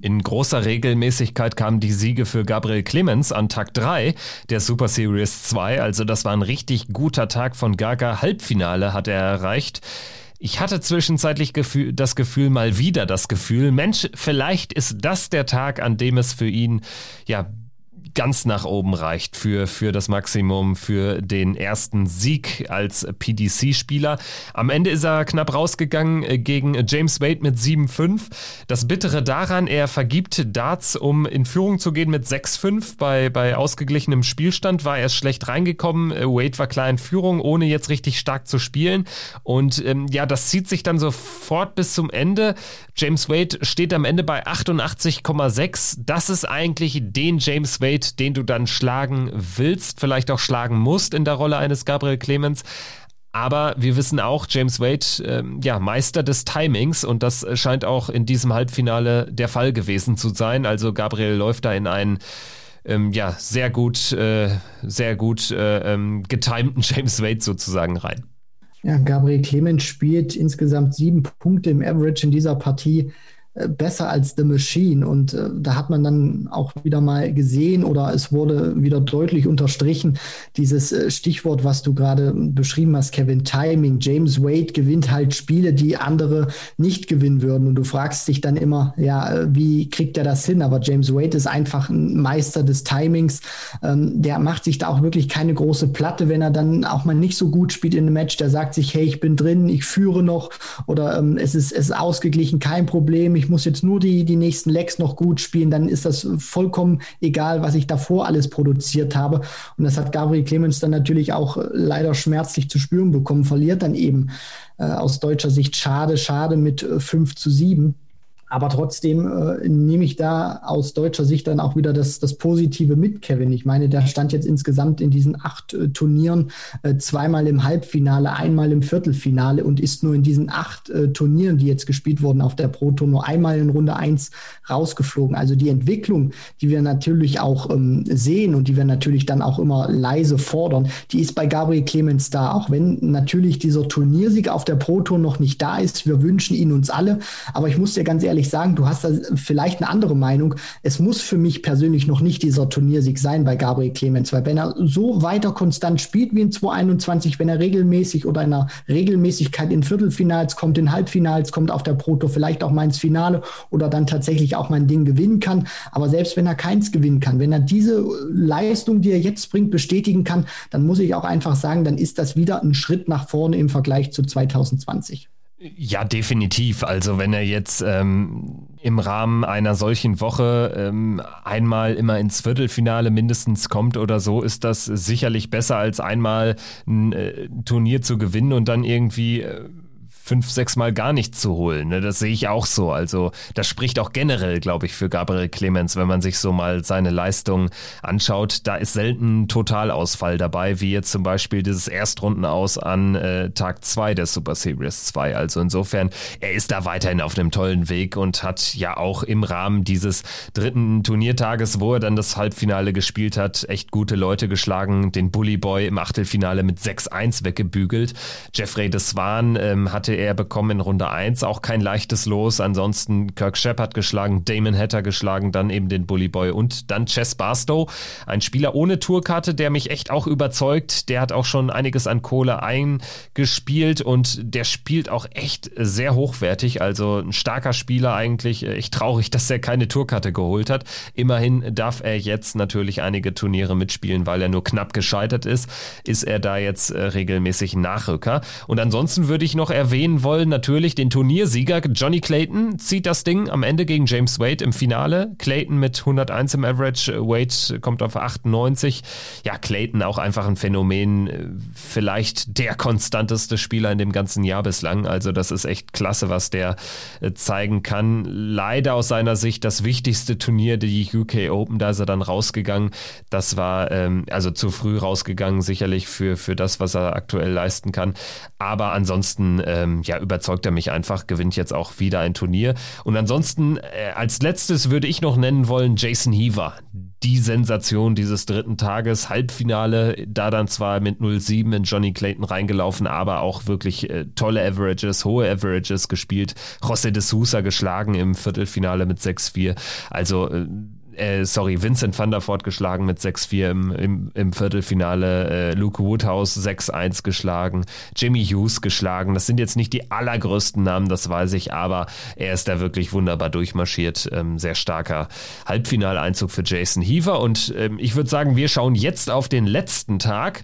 In großer Regelmäßigkeit kamen die Siege für Gabriel Clemens an Tag drei der Super Series zwei. Also das war ein richtig guter Tag von Gaga. Halbfinale hat er erreicht. Ich hatte zwischenzeitlich Gefühl, das Gefühl, mal wieder das Gefühl, Mensch, vielleicht ist das der Tag, an dem es für ihn ja ganz nach oben reicht für, für das Maximum, für den ersten Sieg als P D C-Spieler. Am Ende ist er knapp rausgegangen gegen James Wade mit sieben fünf. Das Bittere daran, er vergibt Darts, um in Führung zu gehen mit sechs fünf. Bei, bei ausgeglichenem Spielstand war er schlecht reingekommen. Wade war klar in Führung, ohne jetzt richtig stark zu spielen. Und ähm, ja, das zieht sich dann sofort bis zum Ende. James Wade steht am Ende bei achtundachtzig Komma sechs. Das ist eigentlich den James Wade, den du dann schlagen willst, vielleicht auch schlagen musst in der Rolle eines Gabriel Clemens. Aber wir wissen auch, James Wade, äh, ja, Meister des Timings, und das scheint auch in diesem Halbfinale der Fall gewesen zu sein. Also Gabriel läuft da in einen ähm, ja, sehr gut, äh, sehr gut äh, ähm, getimten James Wade sozusagen rein. Ja, Gabriel Clemens spielt insgesamt sieben Punkte im Average in dieser Partie. Besser als The Machine, und äh, da hat man dann auch wieder mal gesehen, oder es wurde wieder deutlich unterstrichen, dieses äh, Stichwort, was du gerade beschrieben hast, Kevin, Timing. James Wade gewinnt halt Spiele, die andere nicht gewinnen würden, und du fragst dich dann immer, ja, wie kriegt er das hin? Aber James Wade ist einfach ein Meister des Timings. Ähm, der macht sich da auch wirklich keine große Platte, wenn er dann auch mal nicht so gut spielt in einem Match. Der sagt sich, hey, ich bin drin, ich führe noch, oder ähm, es ist, es ist ausgeglichen, kein Problem, ich muss jetzt nur die, die nächsten Legs noch gut spielen, dann ist das vollkommen egal, was ich davor alles produziert habe. Und das hat Gabriel Clemens dann natürlich auch leider schmerzlich zu spüren bekommen, verliert dann eben äh, aus deutscher Sicht schade, schade mit äh, fünf zu sieben. Aber trotzdem äh, nehme ich da aus deutscher Sicht dann auch wieder das, das Positive mit, Kevin. Ich meine, der stand jetzt insgesamt in diesen acht äh, Turnieren äh, zweimal im Halbfinale, einmal im Viertelfinale, und ist nur in diesen acht äh, Turnieren, die jetzt gespielt wurden auf der Pro Tour, nur einmal in Runde eins rausgeflogen. Also die Entwicklung, die wir natürlich auch ähm, sehen und die wir natürlich dann auch immer leise fordern, die ist bei Gabriel Clemens da. Auch wenn natürlich dieser Turniersieg auf der Pro Tour noch nicht da ist. Wir wünschen ihn uns alle. Aber ich muss dir ganz ehrlich sagen, du hast da vielleicht eine andere Meinung. Es muss für mich persönlich noch nicht dieser Turniersieg sein bei Gabriel Clemens, weil wenn er so weiter konstant spielt wie in zwanzig einundzwanzig, wenn er regelmäßig oder in einer Regelmäßigkeit in Viertelfinals kommt, in Halbfinals kommt, auf der Pro Tour vielleicht auch mal ins Finale oder dann tatsächlich auch mal ein Ding gewinnen kann, aber selbst wenn er keins gewinnen kann, wenn er diese Leistung, die er jetzt bringt, bestätigen kann, dann muss ich auch einfach sagen, dann ist das wieder ein Schritt nach vorne im Vergleich zu zwanzig zwanzig. Ja, definitiv. Also wenn er jetzt ähm, im Rahmen einer solchen Woche ähm, einmal immer ins Viertelfinale mindestens kommt oder so, ist das sicherlich besser, als einmal ein äh, Turnier zu gewinnen und dann irgendwie äh, fünf, sechs Mal gar nichts zu holen. Ne? Das sehe ich auch so. Also das spricht auch generell, glaube ich, für Gabriel Clemens, wenn man sich so mal seine Leistung anschaut. Da ist selten ein Totalausfall dabei, wie jetzt zum Beispiel dieses Erstrundenaus an äh, Tag zwei der Super Series zwei. Also insofern, er ist da weiterhin auf einem tollen Weg und hat ja auch im Rahmen dieses dritten Turniertages, wo er dann das Halbfinale gespielt hat, echt gute Leute geschlagen. Den Bully Boy im Achtelfinale mit sechs eins weggebügelt. Jeffrey de Swaan ähm, hatte er bekommen in Runde eins, auch kein leichtes Los. Ansonsten Kirk Shepard geschlagen, Damon Hatter geschlagen, dann eben den Bully Boy und dann Chess Barstow, ein Spieler ohne Tourkarte, der mich echt auch überzeugt. Der hat auch schon einiges an Kohle eingespielt und der spielt auch echt sehr hochwertig, also ein starker Spieler eigentlich. Echt traurig, dass er keine Tourkarte geholt hat. Immerhin darf er jetzt natürlich einige Turniere mitspielen, weil er nur knapp gescheitert ist, ist er da jetzt äh, regelmäßig Nachrücker. Und ansonsten würde ich noch erwähnen wollen, natürlich den Turniersieger Johnny Clayton zieht das Ding am Ende gegen James Wade im Finale. Clayton mit hunderteins im Average, Wade kommt auf achtundneunzig. Ja, Clayton auch einfach ein Phänomen, vielleicht der konstanteste Spieler in dem ganzen Jahr bislang. Also das ist echt klasse, was der zeigen kann. Leider aus seiner Sicht das wichtigste Turnier, die U K Open, da ist er dann rausgegangen. Das war ähm, also zu früh rausgegangen, sicherlich für, für das, was er aktuell leisten kann. Aber ansonsten ähm, ja, überzeugt er mich einfach, gewinnt jetzt auch wieder ein Turnier. Und ansonsten, äh, als letztes würde ich noch nennen wollen, Jason Heaver. die Sensation dieses dritten Tages. Halbfinale, da dann zwar mit null sieben in Johnny Clayton reingelaufen, aber auch wirklich äh, tolle Averages, hohe Averages gespielt. José de Sousa geschlagen im Viertelfinale mit sechs vier. Also äh, Äh, sorry, Vincent van der Voort geschlagen mit sechs vier im, im, im Viertelfinale, äh, Luke Woodhouse sechs eins geschlagen, Jimmy Hughes geschlagen. Das sind jetzt nicht die allergrößten Namen, das weiß ich, aber er ist da wirklich wunderbar durchmarschiert. Ähm, sehr starker Halbfinaleinzug für Jason Heaver und ähm, ich würde sagen, wir schauen jetzt auf den letzten Tag.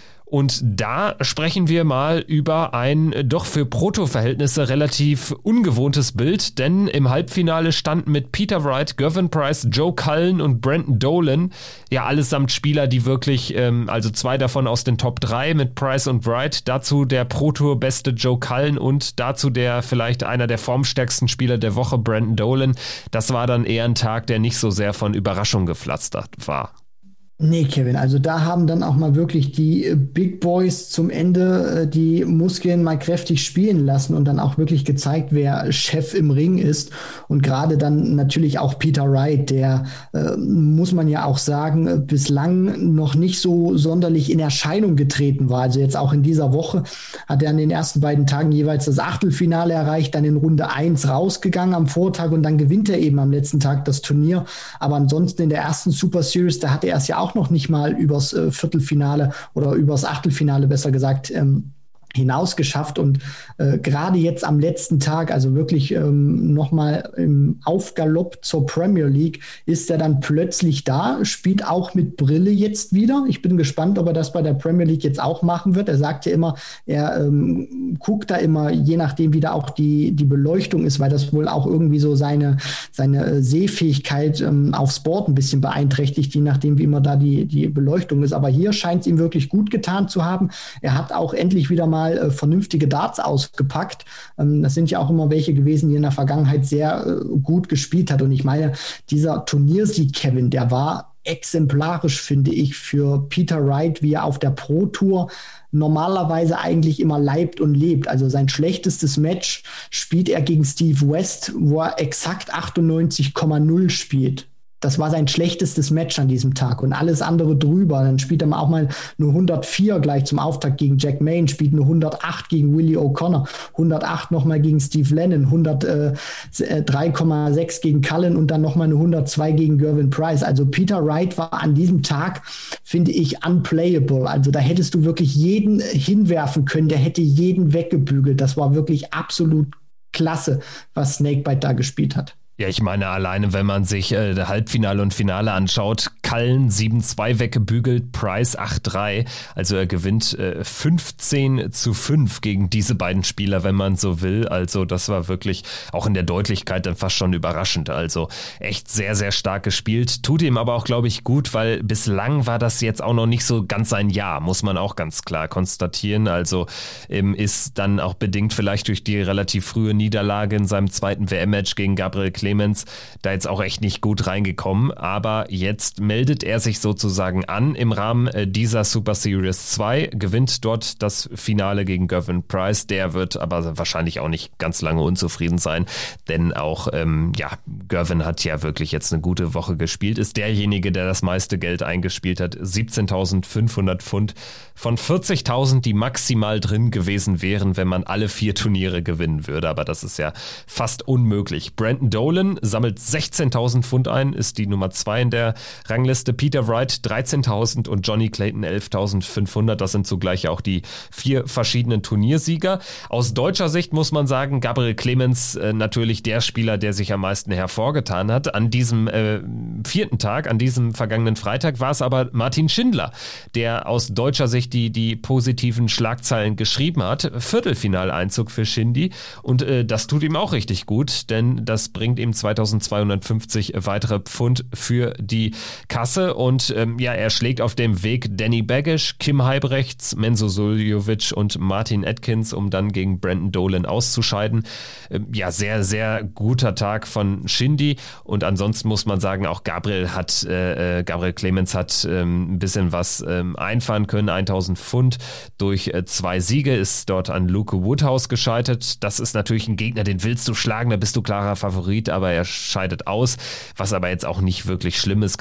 Und da sprechen wir mal über ein doch für Proto-Verhältnisse relativ ungewohntes Bild, denn im Halbfinale standen mit Peter Wright, Gervin Price, Joe Cullen und Brandon Dolan ja allesamt Spieler, die wirklich, ähm, also zwei davon aus den Top drei mit Price und Wright, dazu der Pro-Tour-beste Joe Cullen und dazu der vielleicht einer der formstärksten Spieler der Woche, Brandon Dolan. Das war dann eher ein Tag, der nicht so sehr von Überraschung gepflastert war. Nee, Kevin, also da haben dann auch mal wirklich die Big Boys zum Ende die Muskeln mal kräftig spielen lassen und dann auch wirklich gezeigt, wer Chef im Ring ist. Und gerade dann natürlich auch Peter Wright, der, äh, muss man ja auch sagen, bislang noch nicht so sonderlich in Erscheinung getreten war. Also jetzt auch in dieser Woche hat er an den ersten beiden Tagen jeweils das Achtelfinale erreicht, dann in Runde eins rausgegangen am Vortag und dann gewinnt er eben am letzten Tag das Turnier. Aber ansonsten in der ersten Super Series, da hatte er es ja auch noch nicht mal übers äh, Viertelfinale oder übers Achtelfinale, besser gesagt, ähm, hinaus geschafft und äh, gerade jetzt am letzten Tag, also wirklich ähm, nochmal im Aufgalopp zur Premier League, ist er dann plötzlich da, spielt auch mit Brille jetzt wieder. Ich bin gespannt, ob er das bei der Premier League jetzt auch machen wird. Er sagt ja immer, er ähm, guckt da immer, je nachdem wie da auch die, die Beleuchtung ist, weil das wohl auch irgendwie so seine, seine äh, Sehfähigkeit ähm, aufs Board ein bisschen beeinträchtigt, je nachdem wie immer da die, die Beleuchtung ist. Aber hier scheint es ihm wirklich gut getan zu haben. Er hat auch endlich wieder mal Äh, vernünftige Darts ausgepackt. Ähm, das sind ja auch immer welche gewesen, die in der Vergangenheit sehr äh, gut gespielt hat. Und ich meine, dieser Turniersieg, Kevin, der war exemplarisch, finde ich, für Peter Wright, wie er auf der Pro Tour normalerweise eigentlich immer leibt und lebt. Also sein schlechtestes Match spielt er gegen Steve West, wo er exakt achtundneunzig Komma null spielt. Das war sein schlechtestes Match an diesem Tag und alles andere drüber. Dann spielt er auch mal nur hundertvier gleich zum Auftakt gegen Jack Mayne, spielt nur hundertacht gegen Willie O'Connor, hundertacht nochmal gegen Steve Lennon, hundertdrei Komma sechs gegen Cullen und dann nochmal eine hundertzwei gegen Gervin Price. Also Peter Wright war an diesem Tag, finde ich, unplayable. Also da hättest du wirklich jeden hinwerfen können, der hätte jeden weggebügelt. Das war wirklich absolut klasse, was Snakebite da gespielt hat. Ja, ich meine, alleine, wenn man sich äh, Halbfinale und Finale anschaut, Cullen sieben zwei weggebügelt, Price acht drei. Also er gewinnt äh, fünfzehn zu fünf gegen diese beiden Spieler, wenn man so will. Also das war wirklich auch in der Deutlichkeit dann fast schon überraschend. Also echt sehr, sehr stark gespielt. Tut ihm aber auch, glaube ich, gut, weil bislang war das jetzt auch noch nicht so ganz sein Jahr, muss man auch ganz klar konstatieren. Also ähm, ist dann auch bedingt vielleicht durch die relativ frühe Niederlage in seinem zweiten W M-Match gegen Gabriel Clemens da jetzt auch echt nicht gut reingekommen, aber jetzt meldet er sich sozusagen an im Rahmen dieser Super Series zwei, gewinnt dort das Finale gegen Gervin Price, der wird aber wahrscheinlich auch nicht ganz lange unzufrieden sein, denn auch, ähm, ja, Gervin hat ja wirklich jetzt eine gute Woche gespielt, ist derjenige, der das meiste Geld eingespielt hat, siebzehntausendfünfhundert Pfund von vierzigtausend, die maximal drin gewesen wären, wenn man alle vier Turniere gewinnen würde, aber das ist ja fast unmöglich. Brandon Dolan sammelt sechzehntausend Pfund ein, ist die Nummer zwei in der Rangliste. Peter Wright dreizehntausend und Johnny Clayton elftausendfünfhundert. Das sind zugleich auch die vier verschiedenen Turniersieger. Aus deutscher Sicht muss man sagen, Gabriel Clemens äh, natürlich der Spieler, der sich am meisten hervorgetan hat. An diesem äh, vierten Tag, an diesem vergangenen Freitag war es aber Martin Schindler, der aus deutscher Sicht die, die positiven Schlagzeilen geschrieben hat. Viertelfinaleinzug für Shindy und äh, das tut ihm auch richtig gut, denn das bringt ihm zweitausendzweihundertfünfzig weitere Pfund für die Kasse und ähm, ja, er schlägt auf dem Weg Danny Baggish, Kim Heibrechts, Menzo Suljovic und Martin Atkins, um dann gegen Brandon Dolan auszuscheiden. Ähm, ja, sehr, sehr guter Tag von Shindy und ansonsten muss man sagen, auch Gabriel hat, äh, Gabriel Clemens hat ähm, ein bisschen was ähm, einfahren können, eintausend Pfund durch äh, zwei Siege, ist dort an Luke Woodhouse gescheitert. Das ist natürlich ein Gegner, den willst du schlagen, da bist du klarer Favorit, aber er scheidet aus, was aber jetzt auch nicht wirklich schlimm ist, gerade wenn du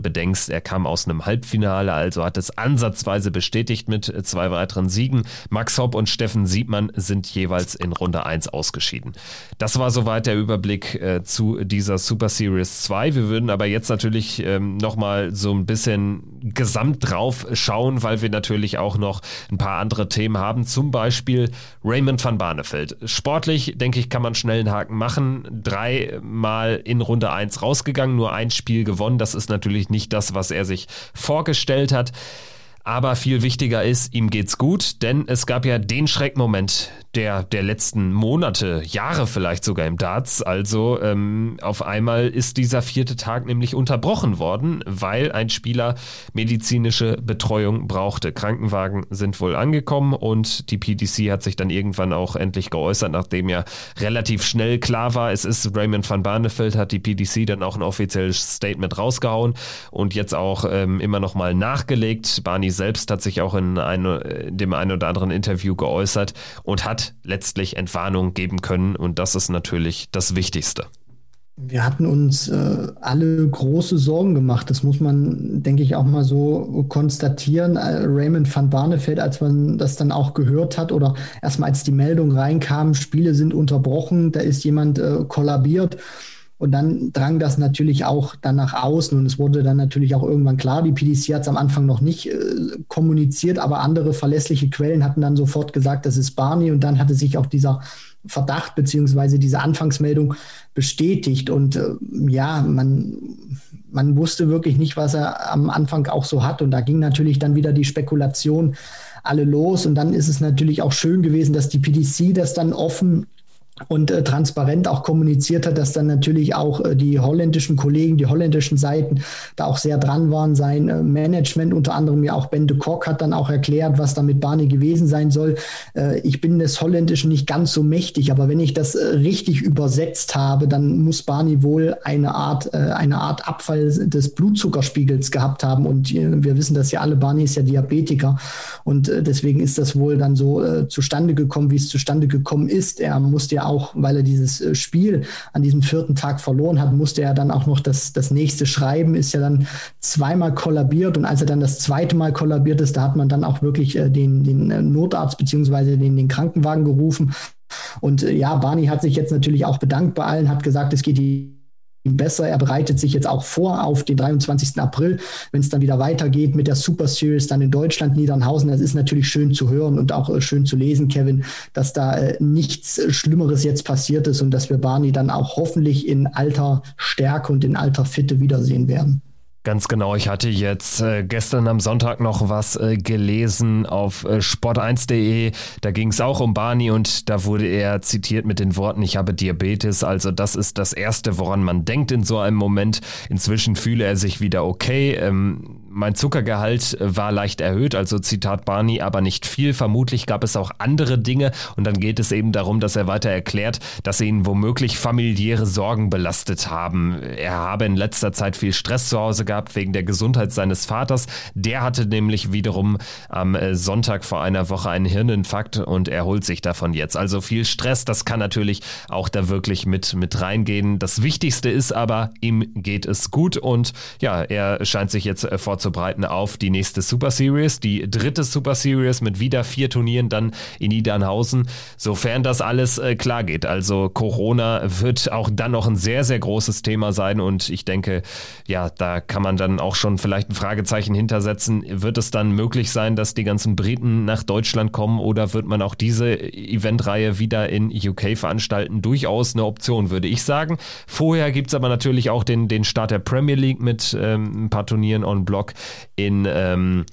bedenkst, er kam aus einem Halbfinale, also hat es ansatzweise bestätigt mit zwei weiteren Siegen. Max Hopp und Steffen Siebmann sind jeweils in Runde eins ausgeschieden. Das war soweit der Überblick äh, zu dieser Super Series zwei. Wir würden aber jetzt natürlich ähm, nochmal so ein bisschen gesamt drauf schauen, weil wir natürlich auch noch ein paar andere Themen haben. Zum Beispiel Raymond van Barneveld. Sportlich, denke ich, kann man schnell einen Haken machen. Dreimal in Runde eins rausgegangen, nur ein Spiel gewonnen. Das ist natürlich nicht das, was er sich vorgestellt hat. Aber viel wichtiger ist, ihm geht's gut, denn es gab ja den Schreckmoment der, der letzten Monate, Jahre vielleicht sogar im Darts. Also ähm, auf einmal ist dieser vierte Tag nämlich unterbrochen worden, weil ein Spieler medizinische Betreuung brauchte. Krankenwagen sind wohl angekommen und die P D C hat sich dann irgendwann auch endlich geäußert, nachdem ja relativ schnell klar war, es ist Raymond van Barneveld, hat die P D C dann auch ein offizielles Statement rausgehauen und jetzt auch ähm, immer noch mal nachgelegt. Barney selbst hat sich auch in, eine, in dem einen oder anderen Interview geäußert und hat letztlich Entwarnung geben können und das ist natürlich das Wichtigste. Wir hatten uns äh, alle große Sorgen gemacht. Das muss man, denke ich, auch mal so konstatieren. Äh, Raymond van Barneveld, als man das dann auch gehört hat oder erstmal als die Meldung reinkam, Spiele sind unterbrochen, da ist jemand äh, kollabiert. Und dann drang das natürlich auch dann nach außen und es wurde dann natürlich auch irgendwann klar, die P D C hat es am Anfang noch nicht äh, kommuniziert, aber andere verlässliche Quellen hatten dann sofort gesagt, das ist Barney und dann hatte sich auch dieser Verdacht beziehungsweise diese Anfangsmeldung bestätigt und äh, ja, man, man wusste wirklich nicht, was er am Anfang auch so hat und da ging natürlich dann wieder die Spekulation alle los und dann ist es natürlich auch schön gewesen, dass die P D C das dann offen und äh, transparent auch kommuniziert hat, dass dann natürlich auch äh, die holländischen Kollegen, die holländischen Seiten da auch sehr dran waren. Sein äh, Management, unter anderem ja auch Ben de Kock, hat dann auch erklärt, was da mit Barney gewesen sein soll. Äh, ich bin des Holländischen nicht ganz so mächtig, aber wenn ich das äh, richtig übersetzt habe, dann muss Barney wohl eine Art, äh, eine Art Abfall des Blutzuckerspiegels gehabt haben und äh, wir wissen das ja alle, Barney ist ja Diabetiker und äh, deswegen ist das wohl dann so äh, zustande gekommen, wie es zustande gekommen ist. Er musste ja auch, weil er dieses Spiel an diesem vierten Tag verloren hat, musste er dann auch noch das, das nächste schreiben, ist ja dann zweimal kollabiert und als er dann das zweite Mal kollabiert ist, da hat man dann auch wirklich äh, den, den Notarzt beziehungsweise den, den Krankenwagen gerufen und äh, ja, Barney hat sich jetzt natürlich auch bedankt bei allen, hat gesagt, es geht ihm besser. Er bereitet sich jetzt auch vor auf den dreiundzwanzigsten April, wenn es dann wieder weitergeht mit der Super Series dann in Deutschland, Niedernhausen. Das ist natürlich schön zu hören und auch äh, schön zu lesen, Kevin, dass da äh, nichts Schlimmeres jetzt passiert ist und dass wir Barney dann auch hoffentlich in alter Stärke und in alter Fitte wiedersehen werden. Ganz genau, ich hatte jetzt äh, gestern am Sonntag noch was äh, gelesen auf äh, sport eins punkt de, da ging es auch um Barney und da wurde er zitiert mit den Worten, ich habe Diabetes, also das ist das Erste, woran man denkt in so einem Moment. Inzwischen fühle er sich wieder okay, ähm, mein Zuckergehalt war leicht erhöht, also Zitat Barney, aber nicht viel. Vermutlich gab es auch andere Dinge und dann geht es eben darum, dass er weiter erklärt, dass ihn womöglich familiäre Sorgen belastet haben. Er habe in letzter Zeit viel Stress zu Hause gehabt wegen der Gesundheit seines Vaters. Der hatte nämlich wiederum am Sonntag vor einer Woche einen Hirninfarkt und erholt sich davon jetzt. Also viel Stress, das kann natürlich auch da wirklich mit, mit reingehen. Das Wichtigste ist aber, ihm geht es gut und ja, er scheint sich jetzt vorzubereiten auf die nächste Super Series, die dritte Super Series mit wieder vier Turnieren dann in Niedernhausen, sofern das alles äh, klar geht. Also Corona wird auch dann noch ein sehr, sehr großes Thema sein und ich denke, ja, da kann man dann auch schon vielleicht ein Fragezeichen hintersetzen. Wird es dann möglich sein, dass die ganzen Briten nach Deutschland kommen oder wird man auch diese Eventreihe wieder in U K veranstalten? Durchaus eine Option, würde ich sagen. Vorher gibt es aber natürlich auch den, den Start der Premier League mit ähm, ein paar Turnieren on Block in ähm,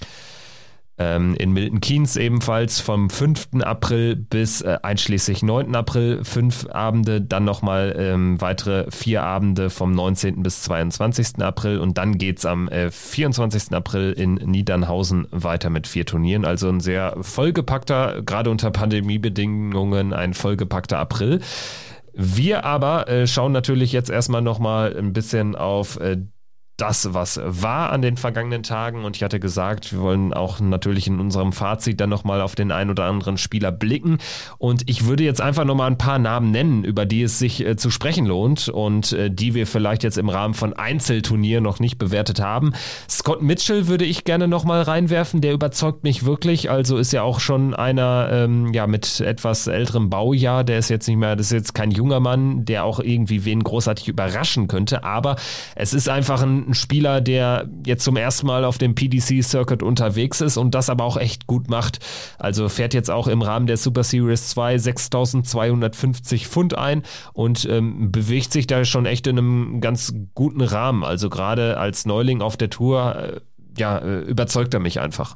ähm, in Milton Keynes ebenfalls vom fünften April bis äh, einschließlich neunten April fünf Abende, dann nochmal ähm, weitere vier Abende vom neunzehnten bis zweiundzwanzigsten April und dann geht's am äh, vierundzwanzigsten April in Niedernhausen weiter mit vier Turnieren, also ein sehr vollgepackter, gerade unter Pandemiebedingungen ein vollgepackter April. Wir aber äh, schauen natürlich jetzt erstmal nochmal ein bisschen auf äh, das, was war an den vergangenen Tagen. Und ich hatte gesagt, wir wollen auch natürlich in unserem Fazit dann nochmal auf den einen oder anderen Spieler blicken. Und ich würde jetzt einfach nochmal ein paar Namen nennen, über die es sich äh, zu sprechen lohnt und äh, die wir vielleicht jetzt im Rahmen von Einzelturnieren noch nicht bewertet haben. Scott Mitchell würde ich gerne nochmal reinwerfen. Der überzeugt mich wirklich. Also ist ja auch schon einer ähm, ja mit etwas älterem Baujahr. Der ist jetzt nicht mehr, das ist jetzt kein junger Mann, der auch irgendwie wen großartig überraschen könnte. Aber es ist einfach ein ein Spieler, der jetzt zum ersten Mal auf dem P D C-Circuit unterwegs ist und das aber auch echt gut macht. Also fährt jetzt auch im Rahmen der Super Series zwei sechstausendzweihundertfünfzig Pfund ein und ähm, bewegt sich da schon echt in einem ganz guten Rahmen. Also gerade als Neuling auf der Tour, äh, ja, äh, überzeugt er mich einfach.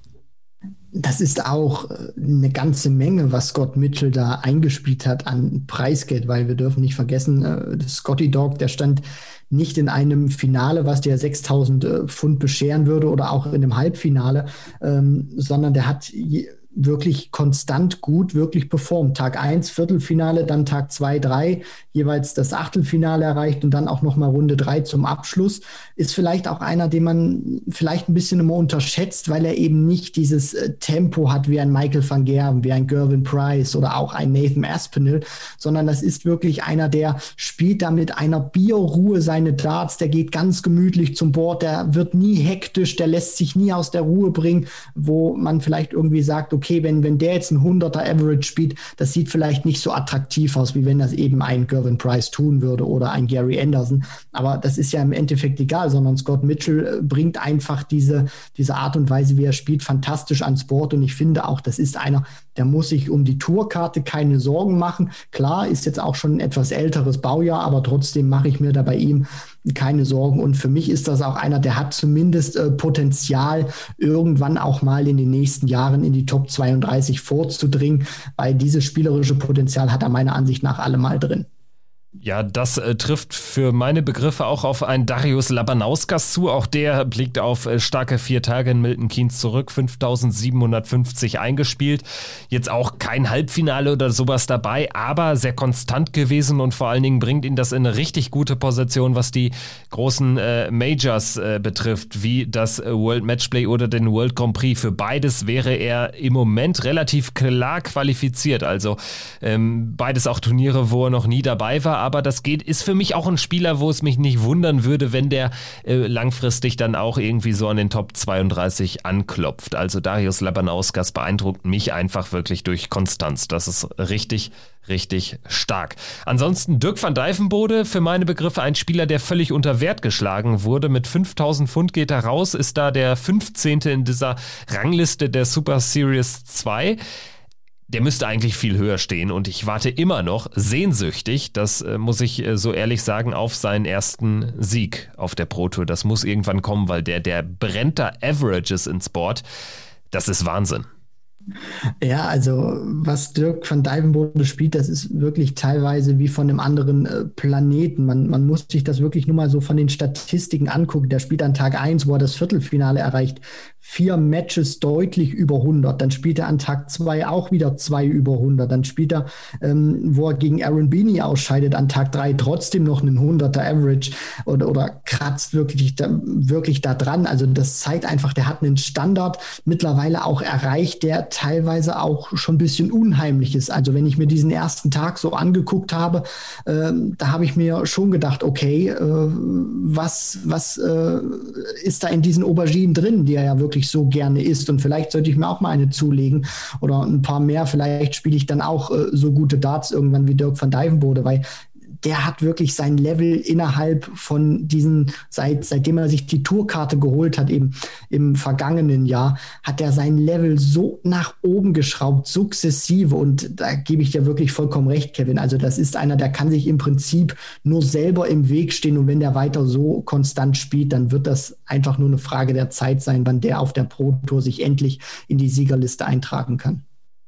Das ist auch eine ganze Menge, was Scott Mitchell da eingespielt hat an Preisgeld, weil wir dürfen nicht vergessen, äh, Scotty Dog, der stand nicht in einem Finale, was dir sechstausend Pfund bescheren würde oder auch in einem Halbfinale, ähm, sondern der hat je, wirklich konstant gut, wirklich performt. Tag eins Viertelfinale, dann Tag zwei, drei, jeweils das Achtelfinale erreicht und dann auch nochmal Runde drei zum Abschluss. Ist vielleicht auch einer, den man vielleicht ein bisschen immer unterschätzt, weil er eben nicht dieses äh, Tempo hat wie ein Michael van Gerwen, wie ein Gervin Price oder auch ein Nathan Aspinall, sondern das ist wirklich einer, der spielt da mit einer Bierruhe seine Darts, der geht ganz gemütlich zum Board, der wird nie hektisch, der lässt sich nie aus der Ruhe bringen, wo man vielleicht irgendwie sagt, okay, okay, wenn, wenn der jetzt ein hunderter Average spielt, das sieht vielleicht nicht so attraktiv aus, wie wenn das eben ein Gervin Price tun würde oder ein Gary Anderson. Aber das ist ja im Endeffekt egal, sondern Scott Mitchell bringt einfach diese, diese Art und Weise, wie er spielt, fantastisch ans Board. Und ich finde auch, das ist einer, der muss sich um die Tourkarte keine Sorgen machen. Klar, ist jetzt auch schon ein etwas älteres Baujahr, aber trotzdem mache ich mir da bei ihm keine Sorgen. Und für mich ist das auch einer, der hat zumindest äh, Potenzial, irgendwann auch mal in den nächsten Jahren in die Top zweiunddreißig vorzudringen, weil dieses spielerische Potenzial hat er meiner Ansicht nach allemal drin. Ja, das äh, trifft für meine Begriffe auch auf einen Darius Labanauskas zu. Auch der blickt auf äh, starke vier Tage in Milton Keynes zurück, fünftausendsiebenhundertfünfzig eingespielt. Jetzt auch kein Halbfinale oder sowas dabei, aber sehr konstant gewesen und vor allen Dingen bringt ihn das in eine richtig gute Position, was die großen äh, Majors äh, betrifft, wie das äh, World Matchplay oder den World Grand Prix. Für beides wäre er im Moment relativ klar qualifiziert. Also ähm, beides auch Turniere, wo er noch nie dabei war, aber das geht, ist für mich auch ein Spieler, wo es mich nicht wundern würde, wenn der äh, langfristig dann auch irgendwie so an den Top zweiunddreißig anklopft. Also Darius Labanauskas beeindruckt mich einfach wirklich durch Konstanz. Das ist richtig, richtig stark. Ansonsten Dirk van Dijvenbode, für meine Begriffe ein Spieler, der völlig unter Wert geschlagen wurde. Mit fünftausend Pfund geht er raus, ist da der fünfzehnte in dieser Rangliste der Super Series zwei. Der müsste eigentlich viel höher stehen und ich warte immer noch sehnsüchtig, das äh, muss ich äh, so ehrlich sagen, auf seinen ersten Sieg auf der Pro Tour. Das muss irgendwann kommen, weil der, der brennt da Averages ins Board. Das ist Wahnsinn. Ja, also was Dirk van Dijvenbode spielt, das ist wirklich teilweise wie von einem anderen äh, Planeten. Man, man muss sich das wirklich nur mal so von den Statistiken angucken. Der spielt an Tag eins, wo er das Viertelfinale erreicht, vier Matches deutlich über hundert. Dann spielt er an Tag zwei auch wieder zwei über hundert. Dann spielt er, ähm, wo er gegen Aaron Beeney ausscheidet, an Tag drei trotzdem noch einen hunderter Average oder, oder kratzt wirklich da, wirklich da dran. Also das zeigt einfach, der hat einen Standard mittlerweile auch erreicht, der teilweise auch schon ein bisschen unheimlich ist. Also wenn ich mir diesen ersten Tag so angeguckt habe, äh, da habe ich mir schon gedacht, okay, äh, was, was äh, ist da in diesen Auberginen drin, die er ja wirklich so gerne isst, und vielleicht sollte ich mir auch mal eine zulegen oder ein paar mehr. Vielleicht spiele ich dann auch äh, so gute Darts irgendwann wie Dirk van Dijvenbode, weil der hat wirklich sein Level innerhalb von diesen, seit, seitdem er sich die Tourkarte geholt hat, eben im vergangenen Jahr, hat er sein Level so nach oben geschraubt, sukzessive, und da gebe ich dir wirklich vollkommen recht, Kevin. Also das ist einer, der kann sich im Prinzip nur selber im Weg stehen, und wenn der weiter so konstant spielt, dann wird das einfach nur eine Frage der Zeit sein, wann der auf der Pro Tour sich endlich in die Siegerliste eintragen kann.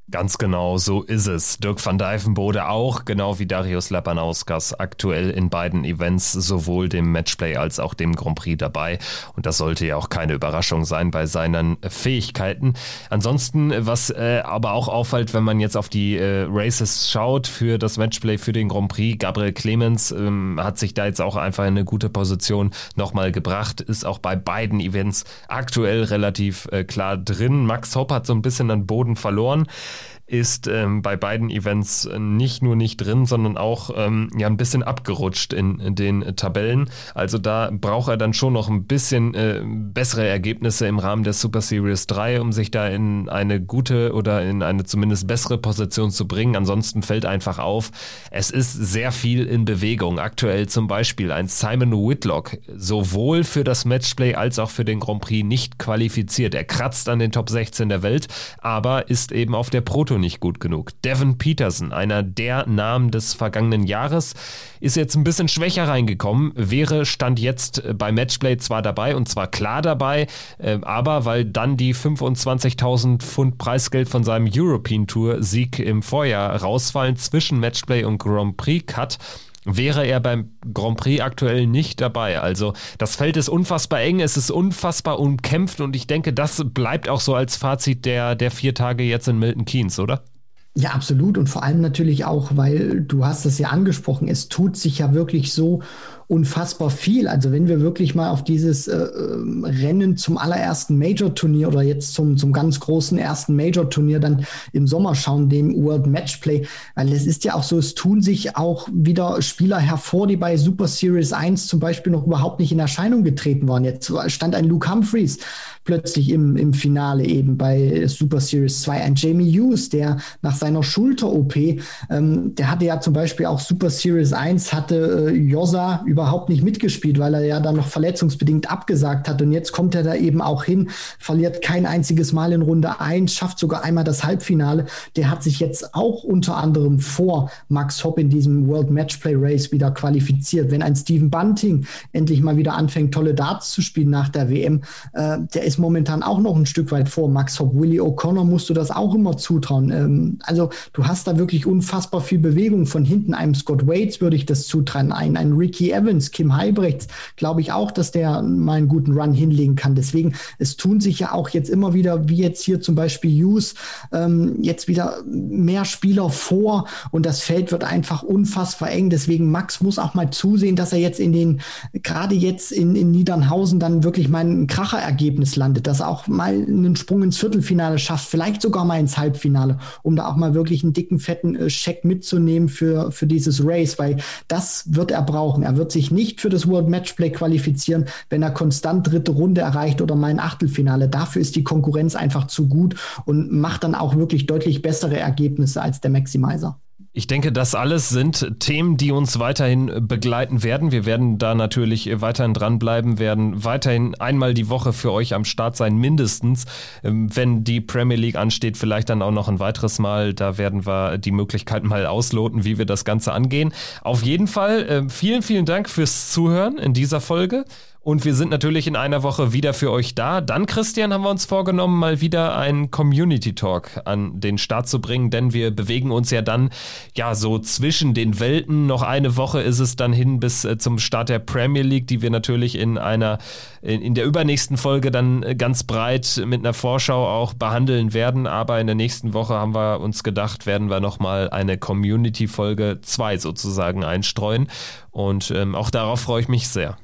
Ganz genau, so ist es. Dirk van Dijvenbode auch, genau wie Darius Labanauskas, aktuell in beiden Events, sowohl dem Matchplay als auch dem Grand Prix dabei. Und das sollte ja auch keine Überraschung sein bei seinen Fähigkeiten. Ansonsten, was äh, aber auch auffällt, wenn man jetzt auf die äh, Races schaut für das Matchplay für den Grand Prix, Gabriel Clemens ähm, hat sich da jetzt auch einfach in eine gute Position nochmal gebracht, ist auch bei beiden Events aktuell relativ äh, klar drin. Max Hopp hat so ein bisschen an Boden verloren, ist ähm, bei beiden Events nicht nur nicht drin, sondern auch ähm, ja ein bisschen abgerutscht in, in den Tabellen. Also da braucht er dann schon noch ein bisschen äh, bessere Ergebnisse im Rahmen der Super Series drei, um sich da in eine gute oder in eine zumindest bessere Position zu bringen. Ansonsten fällt einfach auf, es ist sehr viel in Bewegung. Aktuell zum Beispiel ein Simon Whitlock, sowohl für das Matchplay als auch für den Grand Prix nicht qualifiziert. Er kratzt an den Top sechzehn der Welt, aber ist eben auf der Proto nicht gut genug. Devin Peterson, einer der Namen des vergangenen Jahres, ist jetzt ein bisschen schwächer reingekommen, wäre Stand jetzt bei Matchplay zwar dabei und zwar klar dabei, äh, aber weil dann die fünfundzwanzigtausend Pfund Preisgeld von seinem European Tour Sieg im Vorjahr rausfallen zwischen Matchplay und Grand Prix Cut, wäre er beim Grand Prix aktuell nicht dabei. Also das Feld ist unfassbar eng, es ist unfassbar umkämpft und ich denke, das bleibt auch so als Fazit der, der vier Tage jetzt in Milton Keynes, oder? Ja, absolut. Und vor allem natürlich auch, weil du hast es ja angesprochen, es tut sich ja wirklich so unfassbar viel. Also wenn wir wirklich mal auf dieses äh, Rennen zum allerersten Major-Turnier oder jetzt zum, zum ganz großen ersten Major-Turnier dann im Sommer schauen, dem World Matchplay, weil es ist ja auch so, es tun sich auch wieder Spieler hervor, die bei Super Series eins zum Beispiel noch überhaupt nicht in Erscheinung getreten waren. Jetzt stand ein Luke Humphreys plötzlich im, im Finale eben bei Super Series zwei, ein Jamie Hughes, der nach seiner Schulter-O P, ähm, der hatte ja zum Beispiel auch Super Series eins, hatte äh, Josa überhaupt nicht mitgespielt, weil er ja dann noch verletzungsbedingt abgesagt hat und jetzt kommt er da eben auch hin, verliert kein einziges Mal in Runde eins, schafft sogar einmal das Halbfinale. Der hat sich jetzt auch unter anderem vor Max Hopp in diesem World Matchplay Race wieder qualifiziert. Wenn ein Stephen Bunting endlich mal wieder anfängt, tolle Darts zu spielen nach der W M, äh, der ist momentan auch noch ein Stück weit vor Max Hopp. Willie O'Connor musst du das auch immer zutrauen. Ähm, also du hast da wirklich unfassbar viel Bewegung. Von hinten einem Scott Waits würde ich das zutrauen, ein, ein Ricky Evans, Kim Heibrechts, glaube ich auch, dass der mal einen guten Run hinlegen kann. Deswegen, es tun sich ja auch jetzt immer wieder, wie jetzt hier zum Beispiel Hughes, ähm, jetzt wieder mehr Spieler vor und das Feld wird einfach unfassbar eng. Deswegen Max muss auch mal zusehen, dass er jetzt in den, gerade jetzt in, in Niedernhausen dann wirklich mal ein Kracherergebnis landet, dass er auch mal einen Sprung ins Viertelfinale schafft, vielleicht sogar mal ins Halbfinale, um da auch mal wirklich einen dicken, fetten äh, Scheck mitzunehmen für, für dieses Race, weil das wird er brauchen. Er wird sich nicht für das World Matchplay qualifizieren, wenn er konstant dritte Runde erreicht oder mal ein Achtelfinale. Dafür ist die Konkurrenz einfach zu gut und macht dann auch wirklich deutlich bessere Ergebnisse als der Maximizer. Ich denke, das alles sind Themen, die uns weiterhin begleiten werden. Wir werden da natürlich weiterhin dranbleiben, werden weiterhin einmal die Woche für euch am Start sein, mindestens. Wenn die Premier League ansteht, vielleicht dann auch noch ein weiteres Mal. Da werden wir die Möglichkeit mal ausloten, wie wir das Ganze angehen. Auf jeden Fall vielen, vielen Dank fürs Zuhören in dieser Folge. Und wir sind natürlich in einer Woche wieder für euch da. Dann, Christian, haben wir uns vorgenommen, mal wieder einen Community Talk an den Start zu bringen, denn wir bewegen uns ja dann ja so zwischen den Welten. Noch eine Woche ist es dann hin bis äh, zum Start der Premier League, die wir natürlich in einer in, in der übernächsten Folge dann ganz breit mit einer Vorschau auch behandeln werden. Aber in der nächsten Woche haben wir uns gedacht, werden wir nochmal eine Community-Folge zwei sozusagen einstreuen. Und ähm, auch darauf freue ich mich sehr.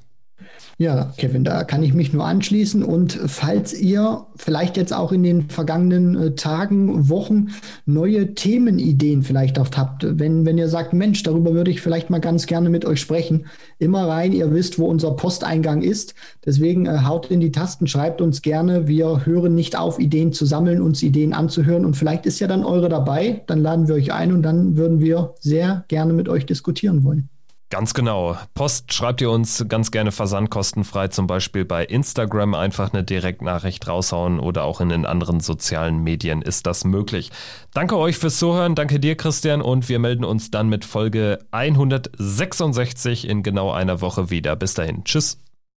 Ja, Kevin, da kann ich mich nur anschließen und falls ihr vielleicht jetzt auch in den vergangenen äh, Tagen, Wochen neue Themenideen vielleicht auch habt, wenn, wenn ihr sagt, Mensch, darüber würde ich vielleicht mal ganz gerne mit euch sprechen, immer rein, ihr wisst, wo unser Posteingang ist, deswegen äh, haut in die Tasten, schreibt uns gerne, wir hören nicht auf, Ideen zu sammeln, uns Ideen anzuhören und vielleicht ist ja dann eure dabei, dann laden wir euch ein und dann würden wir sehr gerne mit euch diskutieren wollen. Ganz genau. Post schreibt ihr uns ganz gerne versandkostenfrei, zum Beispiel bei Instagram einfach eine Direktnachricht raushauen oder auch in den anderen sozialen Medien ist das möglich. Danke euch fürs Zuhören, danke dir Christian und wir melden uns dann mit Folge hundertsechsundsechzig in genau einer Woche wieder. Bis dahin, tschüss.